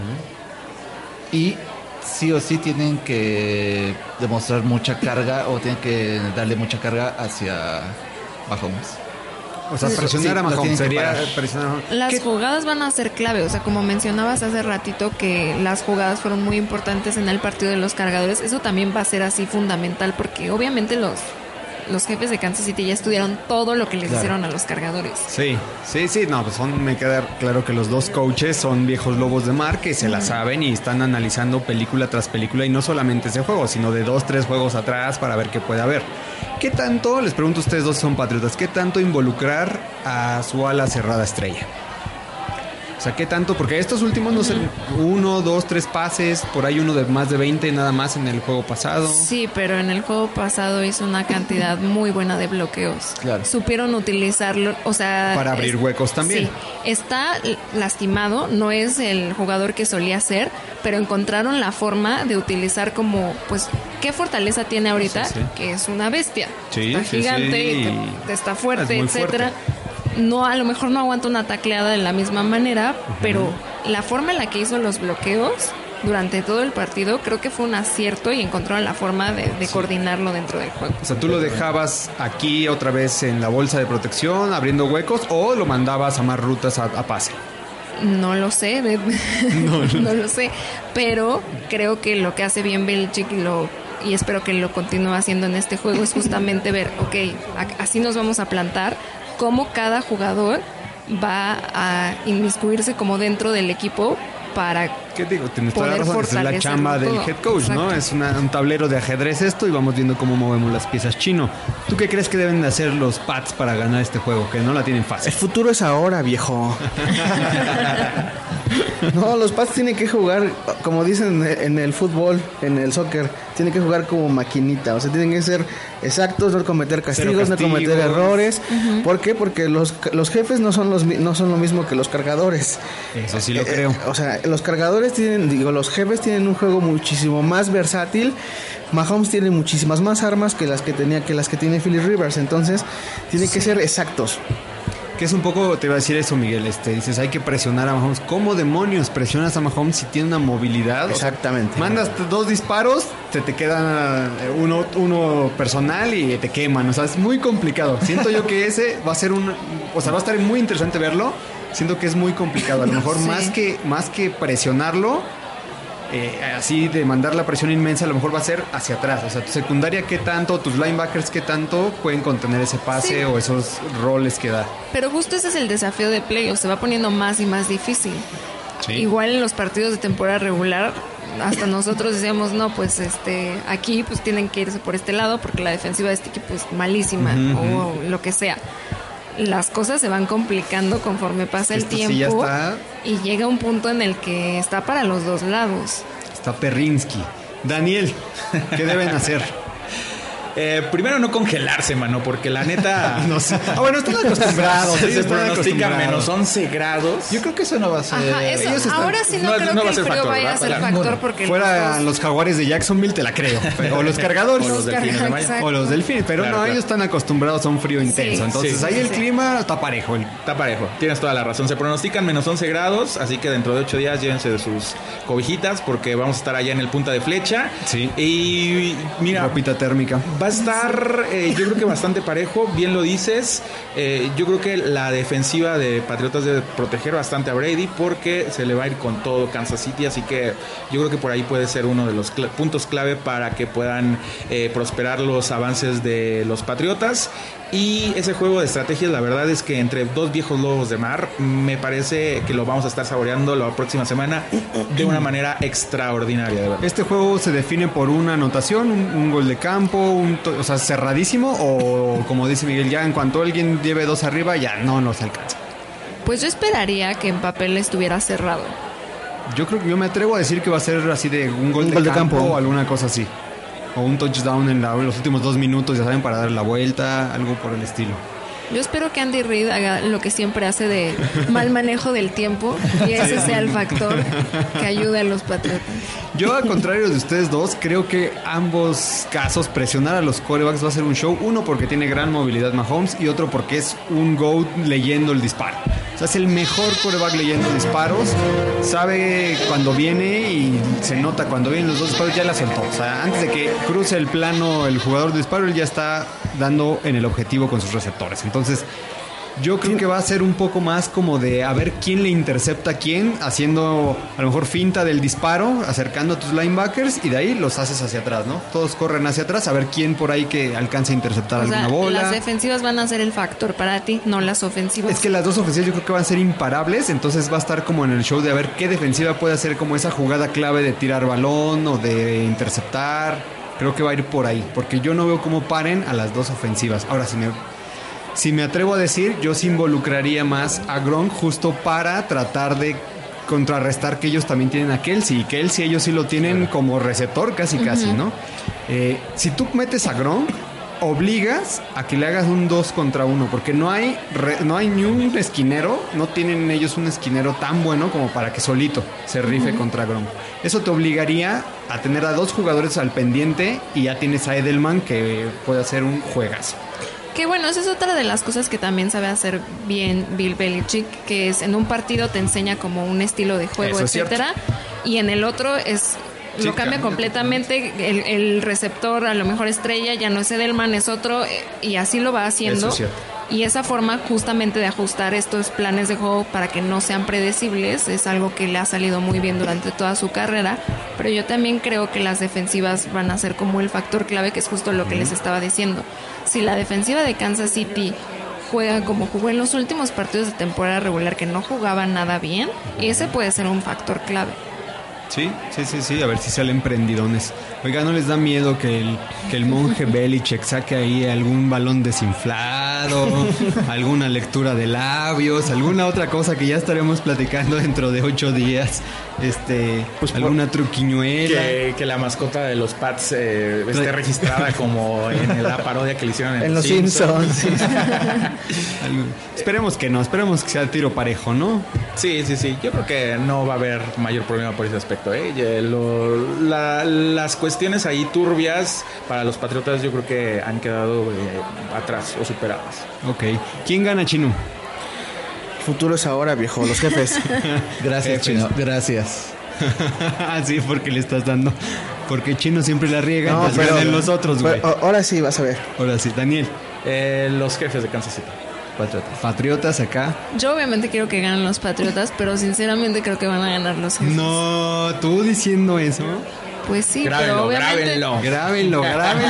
Y sí o sí tienen que demostrar mucha carga o tienen que darle mucha carga hacia Mahomes. O sea, presionar Sí, a lo Mahomes tienen que sería parar. presionar a Mahomes. Las ¿Qué- jugadas van a ser clave, o sea, como mencionabas hace ratito que las jugadas fueron muy importantes en el partido de los Cargadores, eso también va a ser así fundamental porque obviamente los los jefes de Kansas City ya estudiaron todo lo que les Claro. hicieron a los Cargadores. Sí, sí, sí, no, pues son, me queda claro que los dos coaches son viejos lobos de mar que se la saben y están analizando película tras película y no solamente ese juego, sino de dos, tres juegos atrás para ver qué puede haber. ¿Qué tanto, les pregunto a ustedes dos son patriotas, qué tanto involucrar a su ala cerrada estrella? O sea, ¿qué tanto? Porque estos últimos, no sé, uno, dos, tres pases, por ahí uno de más de veinte nada más en el juego pasado. Sí, pero en el juego pasado hizo una cantidad muy buena de bloqueos. Claro. Supieron utilizarlo, o sea... Para abrir es- huecos también. Sí, está l- lastimado, no es el jugador que solía ser, pero encontraron la forma de utilizar como, pues, ¿qué fortaleza tiene ahorita? Sí, sí. Que es una bestia. Sí, está sí, gigante, sí. te- te está fuerte, Es muy etcétera. fuerte. No, a lo mejor no aguanta una tacleada de la misma manera, pero la forma en la que hizo los bloqueos durante todo el partido creo que fue un acierto y encontraron la forma de, de coordinarlo dentro del juego. O sea, tú lo dejabas aquí otra vez en la bolsa de protección, abriendo huecos, o lo mandabas a más rutas a, a pase. No lo sé, de- no, lo sé, pero creo que lo que hace bien Belichick y lo y espero que lo continúe haciendo en este juego es justamente ver, ok, a- así nos vamos a plantar, cómo cada jugador va a inmiscuirse como dentro del equipo para ¿Qué digo? Tienes toda la poder razón, esa es la fortalecerlo chamba del todo. head coach, ¿no? Exacto. Es una- un tablero de ajedrez esto y vamos viendo cómo movemos las piezas chino. ¿Tú qué crees que deben de hacer los Pats para ganar este juego? Que no la tienen El fácil. futuro es ahora, viejo. No, los Pats tienen que jugar, como dicen en el fútbol, en el soccer, tienen que jugar como maquinita. O sea, tienen que ser exactos, no cometer castigos, no cometer castigos. errores. ¿Por qué? Porque los, los jefes no son los mi- no son lo mismo que los cargadores. Eso sí lo Eh, creo. O sea, los cargadores tienen, digo, los jefes tienen un juego muchísimo más versátil. Mahomes tiene muchísimas más armas que las que tenía que las que tiene Philip Rivers, entonces tienen que ser exactos. Que es un poco, te iba a decir eso, Miguel, este, dices, hay que presionar a Mahomes. ¿Cómo demonios presionas a Mahomes si tiene una movilidad? Exactamente. O sea, mandas dos disparos, te te queda uno, uno personal y te queman. O sea, es muy complicado. Siento yo que ese va a ser un... O sea, va a estar muy interesante verlo. Siento que es muy complicado. A lo mejor Sí. más que más que presionarlo, eh, así de mandar la presión inmensa, a lo mejor va a ser hacia atrás. O sea, tu secundaria, ¿qué tanto? Tus linebackers, ¿qué tanto pueden contener ese pase Sí. o esos roles que da? Pero justo ese es el desafío de playoffs, se va poniendo más y más difícil. Sí. Igual en los partidos de temporada regular, hasta nosotros decíamos, no, pues este aquí pues tienen que irse por este lado porque la defensiva de este equipo es malísima o lo que sea. Las cosas se van complicando conforme pasa el Esto sí tiempo ya está- y llega un punto en el que está para los dos lados. Está Perrinsky. Daniel, ¿qué deben hacer? Eh, primero no congelarse, mano, porque la neta... No sé. Ah, bueno, están acostumbrados. se, ellos se están pronostica acostumbrados. menos once grados. Yo creo que eso no va a ser. Ajá, eso, ellos están- ahora sí no, no- creo no que va a el ser frío factor, vaya a ¿verdad? ser Para factor ninguno. porque Fuera los dos- los Jaguares de Jacksonville, te la creo. O los cargadores. O los delfines de Miami. Exacto. O los delfines. Pero Claro, no, claro. ellos están acostumbrados a un frío intenso. Entonces Sí. ahí el Sí. clima está parejo. El- Está parejo, tienes toda la razón. Se pronostican menos once grados, así que dentro de ocho días llévense de sus cobijitas porque vamos a estar allá en el punta de flecha. Sí. Y mira, Ropita térmica. va a estar, eh, yo creo que bastante parejo, bien lo dices. Eh, yo creo que la defensiva de Patriotas debe proteger bastante a Brady porque se le va a ir con todo Kansas City, así que yo creo que por ahí puede ser uno de los cl- puntos clave para que puedan eh, prosperar los avances de los Patriotas. Y ese juego de estrategias, la verdad es que entre dos viejos lobos de mar, me parece que lo vamos a estar saboreando la próxima semana de una manera extraordinaria, de verdad. Este juego se define por una anotación, un, un gol de campo, un to- o sea, cerradísimo, o como dice Miguel, ya en cuanto alguien lleve dos arriba, ya no nos alcanza. Pues yo esperaría que en papel estuviera cerrado. Yo creo que yo me atrevo a decir que va a ser así de un gol, Un de, gol de campo, campo. o alguna cosa así. O un touchdown en, la- en los últimos dos minutos, ya saben, para dar la vuelta, algo por el estilo. Yo espero que Andy Reid haga lo que siempre hace de mal manejo del tiempo y ese sea el factor que ayude a los Patriotas. Yo, al contrario de ustedes dos, creo que ambos casos presionar a los quarterbacks va a ser un show. Uno porque tiene gran movilidad Mahomes y otro porque es un GOAT leyendo el disparo. O sea, es el mejor quarterback leyendo disparos. Sabe cuando viene y se nota cuando vienen los dos disparos, ya la soltó. O sea, antes de que cruce el plano el jugador de disparo, él ya está dando en el objetivo con sus receptores. Entonces, yo creo que va a ser un poco más como de a ver quién le intercepta a quién, haciendo a lo mejor finta del disparo, acercando a tus linebackers y de ahí los haces hacia atrás, ¿no? Todos corren hacia atrás a ver quién por ahí que alcance a interceptar O alguna sea, bola. las defensivas van a ser el factor para ti, no las ofensivas. Es que las dos ofensivas yo creo que van a ser imparables, entonces va a estar como en el show de a ver qué defensiva puede hacer como esa jugada clave de tirar balón o de interceptar. Creo que va a ir por ahí, porque yo no veo cómo paren a las dos ofensivas. Ahora, si me, si me atrevo a decir, yo sí involucraría más a Gronk justo para tratar de contrarrestar que ellos también tienen a Kelsey. Y Kelsey ellos sí lo tienen como receptor casi casi, ¿no? Eh, si tú metes a Gronk, obligas a que le hagas un dos contra uno, porque no hay re- no hay ni un esquinero, no tienen ellos un esquinero tan bueno como para que solito se rife contra Gronk. Eso te obligaría a tener a dos jugadores al pendiente y ya tienes a Edelman que puede hacer un juegazo. Que bueno, esa es otra de las cosas que también sabe hacer bien Bill Belichick, que es en un partido te enseña como un estilo de juego, Eso es etcétera, y en el otro es Sí, lo cambia cambia completamente. El, el receptor, a lo mejor estrella, ya no es Edelman, es otro, eh, y así lo va haciendo. Eso es cierto. Y esa forma justamente de ajustar estos planes de juego para que no sean predecibles es algo que le ha salido muy bien durante toda su carrera. Pero yo también creo que las defensivas van a ser como el factor clave, que es justo lo que les estaba diciendo. Si la defensiva de Kansas City juega como jugó en los últimos partidos de temporada regular, que no jugaba nada bien, ese puede ser un factor clave. Sí, sí, sí, sí, a ver si salen prendidones. Oiga, ¿no les da miedo que el, que el monje Belichick saque ahí algún balón desinflado, alguna lectura de labios, alguna otra cosa que ya estaremos platicando dentro de ocho días? Este, Pues por- alguna truquiñuela. Que, que la mascota de los Pats eh, esté registrada como en la parodia que le hicieron en, En los Simpsons. Algo- Esperemos que no, esperemos que sea tiro parejo, ¿no? Sí, sí, sí. Yo creo que no va a haber mayor problema por ese aspecto. ¿eh? Ya lo- la- las cuestiones ahí turbias para los Patriotas yo creo que han quedado eh, atrás o superadas. Ok. ¿Quién gana, Chino? Futuro es ahora, viejo, los jefes. Gracias, Chino. Gracias. Sí, porque le estás dando. Porque Chino siempre la riega. No, entonces pero- ganan los otros, güey. Pero, ahora sí, vas a ver. Ahora sí, Daniel. Eh, los jefes de Kansas City. Patriotas. Patriotas acá. Yo obviamente quiero que ganen los Patriotas, pero sinceramente creo que van a ganar los jefes. No, tú diciendo eso. Pues sí, Grábenlo, pero obviamente grábenlo. Grábenlo,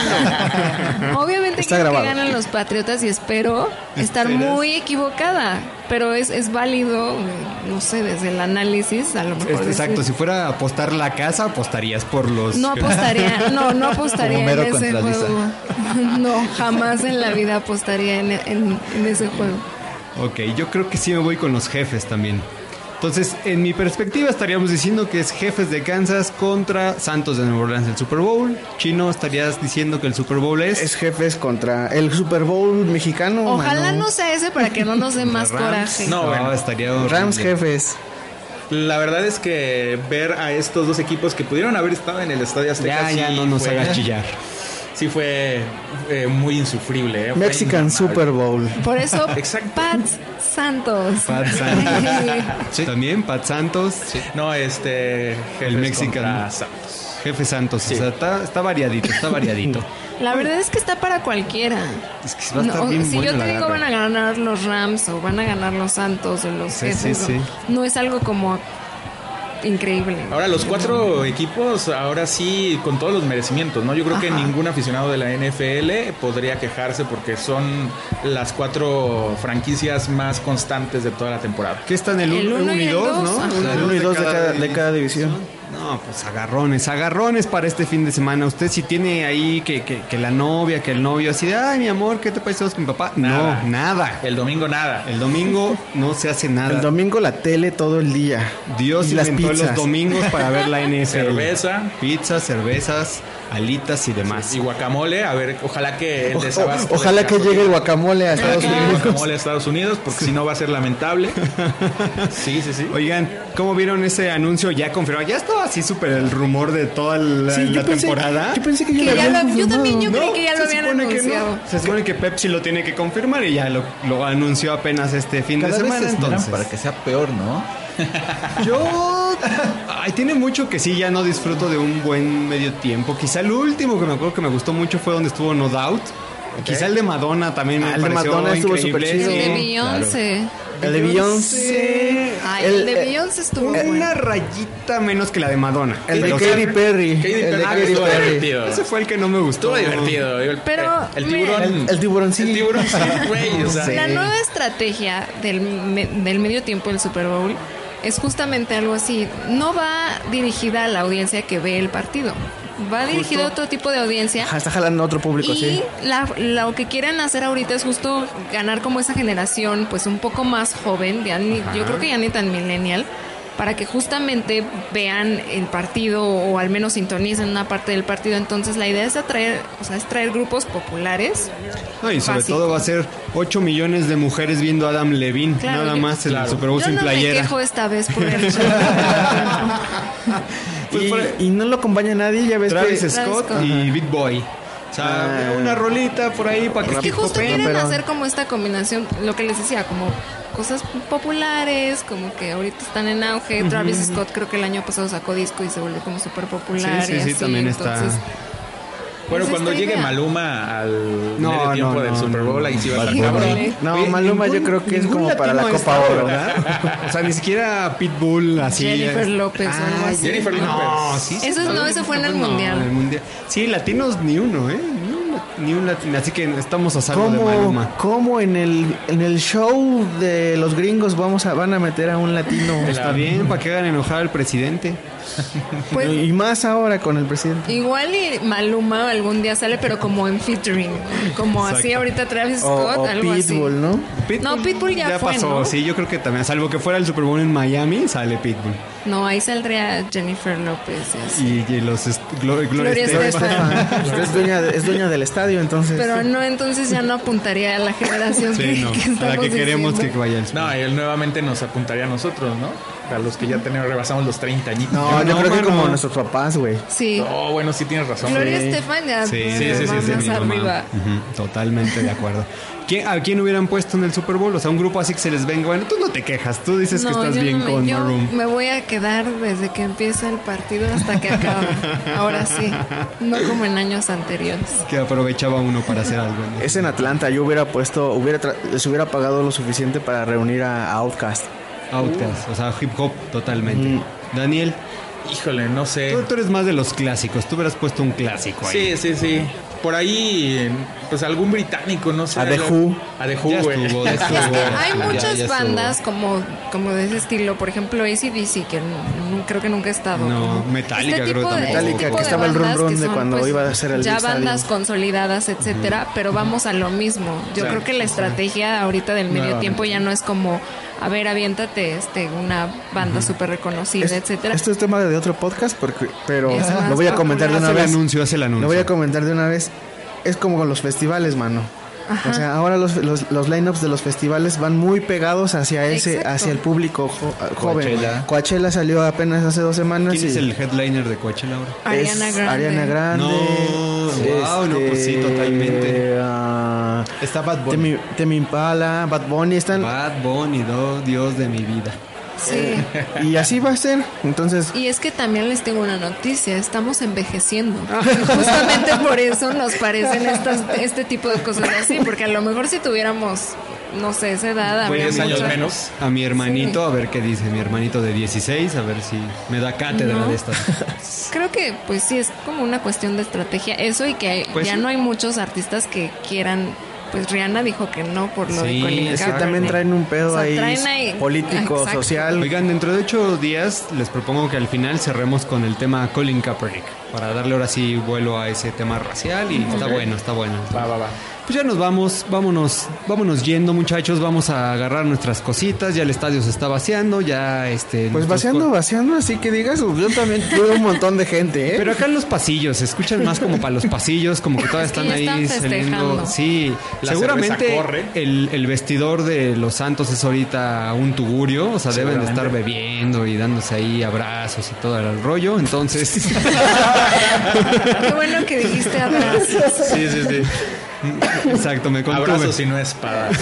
grábenlo. obviamente Está quiero grabado. que ganen los Patriotas y espero estar ¿Esperas? muy equivocada, pero es, es válido, no sé, desde el análisis a lo mejor. Es- Exacto, decir- si fuera a apostar la casa, apostarías por los... No apostaría, no, no apostaría Como en Homero ese contra Lisa. juego. No, jamás en la vida apostaría en, en, en ese juego. Ok, yo creo que sí me voy con los jefes también. Entonces, en mi perspectiva estaríamos diciendo que es Jefes de Kansas contra Santos de Nueva Orleans el Super Bowl. Chino, estarías diciendo que el Super Bowl es... Es jefes contra el Super Bowl mexicano. Ojalá mano. no sea ese para que no nos dé más Rams. coraje. No, bueno. estaría horrible. Rams jefes. La verdad es que ver a estos dos equipos que pudieron haber estado en el Estadio Azteca. Ya, ya, sí no nos fue- hagas chillar. Sí fue eh, muy insufrible. ¿eh? Fue Mexican inmamable. Super Bowl. Por eso, Exacto. Pats Santos. Pat Santos. También Pat Santos. No, este... Jefes Mexican. contra Santos. Jefe Santos. Sí. O sea, está, está variadito, está variadito. La verdad es que está para cualquiera. Es que va a estar No, bien si bueno yo la te digo garra. van a ganar los Rams o van a ganar los Santos o los Sí, jefes, sí, sí. no, no es algo como increíble. Ahora los cuatro equipos, ahora sí, con todos los merecimientos, ¿no? Yo creo que Ajá. ningún aficionado de la N F L podría quejarse porque son las cuatro franquicias más constantes de toda la temporada. ¿Qué están el El uno uno y y el dos, dos, no? ajá. El uno y dos de cada, de cada división. No, pues agarrones, agarrones para este fin de semana. Usted si tiene ahí que, que, que la novia, que el novio así de, ay, mi amor, ¿qué te pareció con mi papá? Nada. No, nada. El domingo nada. El domingo no se hace nada. El domingo la tele todo el día. Dios y las inventó pizzas. los domingos para ver la N F L. Cerveza. Pizzas, cervezas, alitas y demás. Y guacamole, a ver, ojalá que el O- desabasto o- ojalá de que llegue el guacamole a Estados que llegue el Unidos. guacamole a Estados Unidos, porque si no va a ser lamentable. Sí, sí, sí. Oigan, ¿cómo vieron ese anuncio ya confirmado? Ya estaba así súper el rumor de toda la, Sí, yo la pensé- temporada. Yo pensé que ya Que lo ya habían lo- yo también, yo confirmado. creí que ya lo se habían supone que anunciado. no. Se supone que Pepsi lo tiene que confirmar y ya lo, lo anunció apenas este fin Cada de vez semana. se esmeran Entonces, para que sea peor, ¿no? yo. Ay, tiene mucho que sí, ya no disfruto de un buen medio tiempo. Quizá el último que me acuerdo que me gustó mucho fue donde estuvo No Doubt. Quizá el de Madonna también me Ah, el de pareció Madonna estuvo increíble. súper chido. El de Sí, Beyoncé. El de Beyoncé. Ay, el, El- de eh, Beyoncé estuvo Una bueno. rayita menos que la de Madonna. El de Pero Katy Perry. Katy El de Perry Katy estuvo Perry. divertido. ese fue el que no me gustó. Estuvo divertido. El, Pero, el mira, tiburón. El, el tiburón sí. El tiburón, sí, güey. O sea, Sí. La nueva estrategia del, me- del medio tiempo del Super Bowl es justamente algo así. No va dirigida a la audiencia que ve el partido. Va dirigida a otro tipo de audiencia. Ajá, está jalando a otro público, Y sí. la- lo que quieren hacer ahorita es justo ganar como esa generación, pues un poco más joven, ya ni- yo creo que ya ni tan millennial, para que justamente vean el partido o al menos sintonicen una parte del partido. Entonces la idea es atraer, o sea, es traer grupos populares. No, y sobre Básico. todo va a ser ocho millones de mujeres viendo a Adam Levine. Claro, nada yo- más el claro. Super Bowl Yo sin no playera. me quejo esta vez por el Pues y, por- y no lo acompaña nadie, ya ves Travis que... Scott Scott. y Big Boy. O sea, Ah. una rolita por ahí para que Es que hip justo hopeen. quieren pero- hacer como esta combinación, lo que les decía, como cosas populares, como que ahorita están en auge. Travis Scott creo que el año pasado sacó disco y se volvió como súper popular. Sí, sí, y sí, así, también está. entonces, bueno, es cuando esta llegue idea. Maluma al No, medio tiempo no, del no, Super Bowl, no, ahí sí va a estar Híjole. cabrón. No, Oye, Maluma yo ningún- creo que es ningún como para la latino Copa está, Oro. ¿verdad? O sea, ni siquiera Pitbull así. Jennifer es- López o algo Ay, así. Jennifer López. No, sí. sí, Eso es- no, eso fue en el mundial. en el mundial. Sí, latinos ni uno, ¿eh? Ni un, ni un latino. Así que estamos a salvo de ¿Cómo, Maluma. cómo en el en el show de los gringos vamos a van a meter a un latino? Está bien, para que hagan enojar al presidente. Pues, Y más ahora con el presidente. igual y Maluma algún día sale, pero como en featuring, como así Exacto. ahorita Travis O, Scott, o algo Pitbull, ¿no? No, Pitbull ya fue, pasó, ¿no? sí, yo creo que también. Salvo que fuera el Super Bowl en Miami, sale Pitbull. así. No, ahí saldría Jennifer López. y así. Y, y los est- Glo- Gloria Gloria Estefan. Estefan. es, dueña de- es dueña del estadio, entonces. Pero no, entonces ya no apuntaría a la generación Sí, que, no, que a la estamos que queremos diciendo. que vaya el Super No, y él nuevamente nos apuntaría a nosotros, ¿no? A los que ya tenemos, rebasamos los treinta añitos. No, yo no, creo que mano. como nuestros papás, güey. Sí. No, bueno, sí tienes razón. Gloria Sí. Estefan ya Sí, pues, sí, sí, va sí, sí, más mi mamá. arriba. Ujú, totalmente de acuerdo. ¿Quién- ¿A quién hubieran puesto en el Super Bowl? O sea, un grupo así que se les venga. Bueno, tú no te quejas, tú dices que No, estás yo bien no me, con yo Maroon. me voy a quedar desde que empieza el partido hasta que acaba. Ahora sí, no como en años anteriores. Que aprovechaba uno para hacer algo. ¿no? Es en Atlanta, yo hubiera puesto, hubiera tra- les hubiera pagado lo suficiente para reunir a Outkast. Outcast, o sea, hip hop totalmente. Mm. Daniel, Híjole, no sé. tú, tú eres más de los clásicos, tú hubieras puesto un clásico ahí. Sí, sí, sí. Por ahí, pues algún británico, no sé. A The algo- Who. A The Who, Ya güey. estuvo, ya Es estuvo. que hay Ya, muchas ya estuvo. bandas como, como de ese estilo. Por ejemplo, A C D C, que n- n- creo que nunca he estado. No, Como Metallica este creo tipo de- tampoco. este Metallica, tipo que de estaba el bandas run run que de son, cuando pues, iba a hacer el ya estadio. bandas consolidadas, etcétera, pero vamos a lo mismo. Yo creo que la estrategia ahorita del medio Nuevamente. tiempo ya no es como, a ver, aviéntate este, una banda súper reconocida, Es- etcétera. Esto es tema de otro podcast, porque, pero Es más lo voy a comentar de popular. una Hace el vez. anuncio, hace el anuncio. Lo voy a comentar de una vez. Es como con los festivales, mano. O sea, ahora los, los, los lineups de los festivales van muy pegados hacia ese, Exacto. hacia el público jo- joven. Coachella. Coachella salió apenas hace dos semanas. ¿Quién y es el headliner de Coachella ahora? Ariana es Grande. Ariana Grande. No, wow, no, pues sí, totalmente. ah, Está Bad Bunny. Temi, Temi Impala, Bad Bunny están. Bad Bunny, do, Dios de mi vida. Sí. Y así va a ser. Entonces, Y es que también les tengo una noticia, estamos envejeciendo. Y justamente por eso nos parecen estas, este tipo de cosas así, porque a lo mejor si tuviéramos, no sé, esa edad, habría diez años mucha- menos. A mi hermanito, a ver qué dice. Mi hermanito de dieciséis, a ver si me da cátedra No. de estas. Creo que pues sí, es como una cuestión de estrategia eso y que Pues ya sí. no hay muchos artistas que quieran, pues Rihanna dijo que no por lo Sí, de Colin es que que también Kaepernick. traen un pedo O sea, ahí traen ahí- político, Exacto. social. Oigan, dentro de ocho días les propongo que al final cerremos con el tema Colin Kaepernick. Para darle ahora sí vuelo a ese tema racial y está bueno, está bueno. Va, va, va. Pues ya nos vamos, vámonos, vámonos yendo, muchachos, vamos a agarrar nuestras cositas, ya el estadio se está vaciando, ya este Pues nuestros vaciando, co- vaciando, así que digas, yo también tuve un montón de gente, ¿eh? Pero acá en los pasillos, se escuchan más como para los pasillos, como que todavía Es que están ya ahí están saliendo. festejando. Sí, La seguramente cerveza corre. el, el vestidor de los Santos es ahorita un tugurio, o sea, deben de estar Seguramente. bebiendo y dándose ahí abrazos y todo el rollo, entonces... Qué bueno que dijiste abrazos. sí, sí, sí. Exacto, me contuve. Abrazos y no espadas.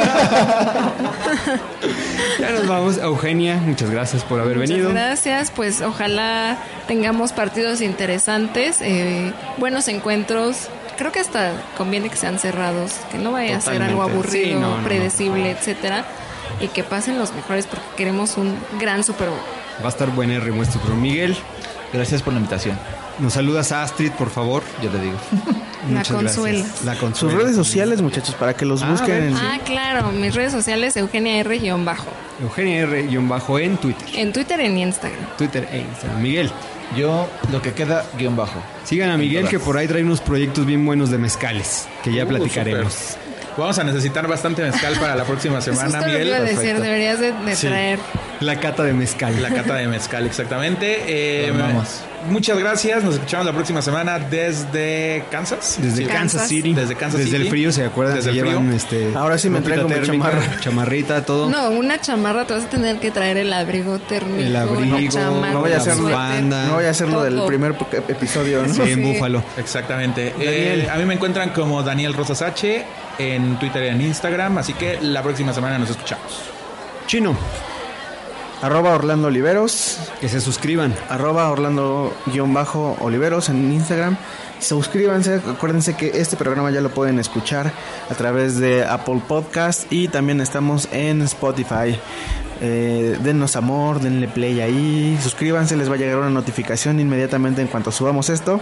Ya nos vamos. Eugenia, muchas gracias por haber Muchas venido. gracias, pues ojalá tengamos partidos interesantes, eh, buenos encuentros. Creo que hasta conviene que sean cerrados, que no vaya a ser algo Totalmente. aburrido, Sí, no, no, predecible, etcétera, y que pasen los mejores porque queremos un gran Super Bowl. Va a estar buenérrimo este programa. Miguel, Gracias por la invitación. nos saludas a Astrid, por favor. Yo te digo. La Muchas Consuela. gracias. La Sus Consuela. redes sociales, muchachos, para que los Ah, busquen a ver. en... Ah, claro, mis redes sociales Eugenia R-bajo, Eugenia R-bajo en Twitter. en Twitter y en Instagram. Twitter e Instagram. Miguel, Yo, lo que queda, guión bajo. sigan a Miguel que por ahí trae unos proyectos bien buenos de mezcales, que ya Uh, platicaremos. súper. Vamos a necesitar bastante mezcal para la próxima Es semana, justo lo que Miguel. iba a decir, Perfecto. deberías de, de Sí. traer. La cata de mezcal. La cata de mezcal, exactamente. Eh, Lo amamos. muchas gracias. Nos escuchamos la próxima semana desde Kansas. Desde Sí. Kansas Kansas. City. Desde Kansas Desde City. el frío, ¿se acuerdan? Desde Se el llevan frío. este. Ahora sí me ropita traigo mi térmica, chamarra. chamarrita, todo. No, una chamarra, te vas a tener que traer el abrigo térmico, El abrigo, la chamarra, no vaya a el ser suéter. bufanda. No voy a hacer lo del Todo. primer po- episodio, ¿no? Sí, en Sí. Búfalo. Exactamente. Daniel. Eh, a mí me encuentran como Daniel Rosas H en Twitter y en Instagram. Así que la próxima semana nos escuchamos. Chino, Arroba Orlando Oliveros, que se suscriban. arroba Orlando-Oliveros en Instagram. Suscríbanse, acuérdense que este programa ya lo pueden escuchar a través de Apple Podcast y también estamos en Spotify. Eh, dennos amor, denle play ahí, suscríbanse, les va a llegar una notificación inmediatamente en cuanto subamos esto.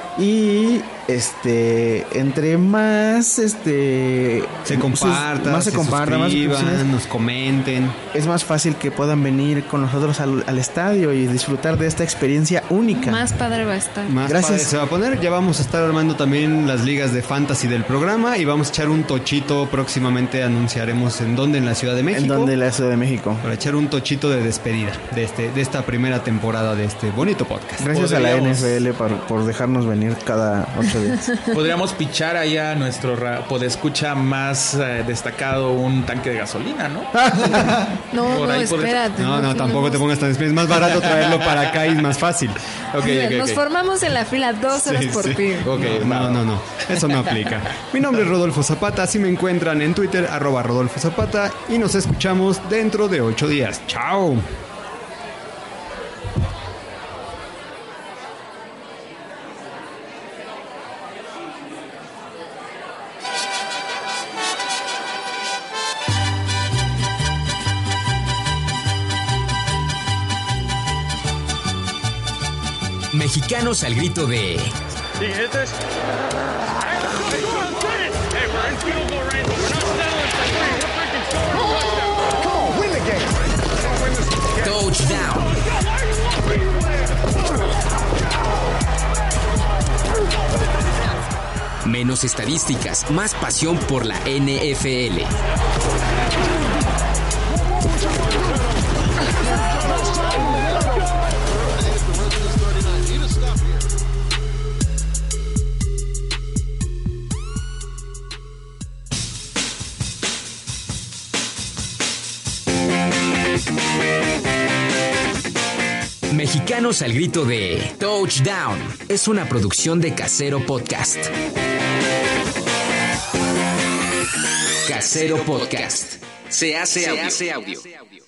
Y este, entre más este Se sus- compartan, más se, comparta, más suscriban, suscripciones, nos comenten. es más fácil que puedan venir con nosotros al, al estadio y disfrutar de esta experiencia única. Más padre va a estar. Más Gracias. padre se va a poner. Ya vamos a estar armando también las ligas de fantasy del programa y vamos a echar un tochito. Próximamente anunciaremos en dónde, en la Ciudad de México. En donde la Ciudad de México. Para echar un tochito de despedida de este de esta primera temporada de este bonito podcast. Gracias a la N Podríamos- F L por, por dejarnos venir cada ocho días. Podríamos pichar ahí a nuestro ra- podescucha más eh, destacado un tanque de gasolina, ¿no? No, Por no, ahí podría- espérate. No, no, tampoco te pongas tan... Es más barato traerlo para acá y es más fácil. Ok, Mira, ok, nos ok. formamos en la fila dos horas Sí, por sí. pie. Ok, No, va. no, no, eso no aplica. Mi nombre es Rodolfo Zapata, así me encuentran en Twitter, arroba Rodolfo Zapata, y nos escuchamos dentro de ocho días. ¡Chao! Mexicanos al grito de touchdown. Menos estadísticas, más pasión por la N F L. Mexicanos al grito de touchdown. Es una producción de Casero Podcast. Casero Podcast. Se hace audio.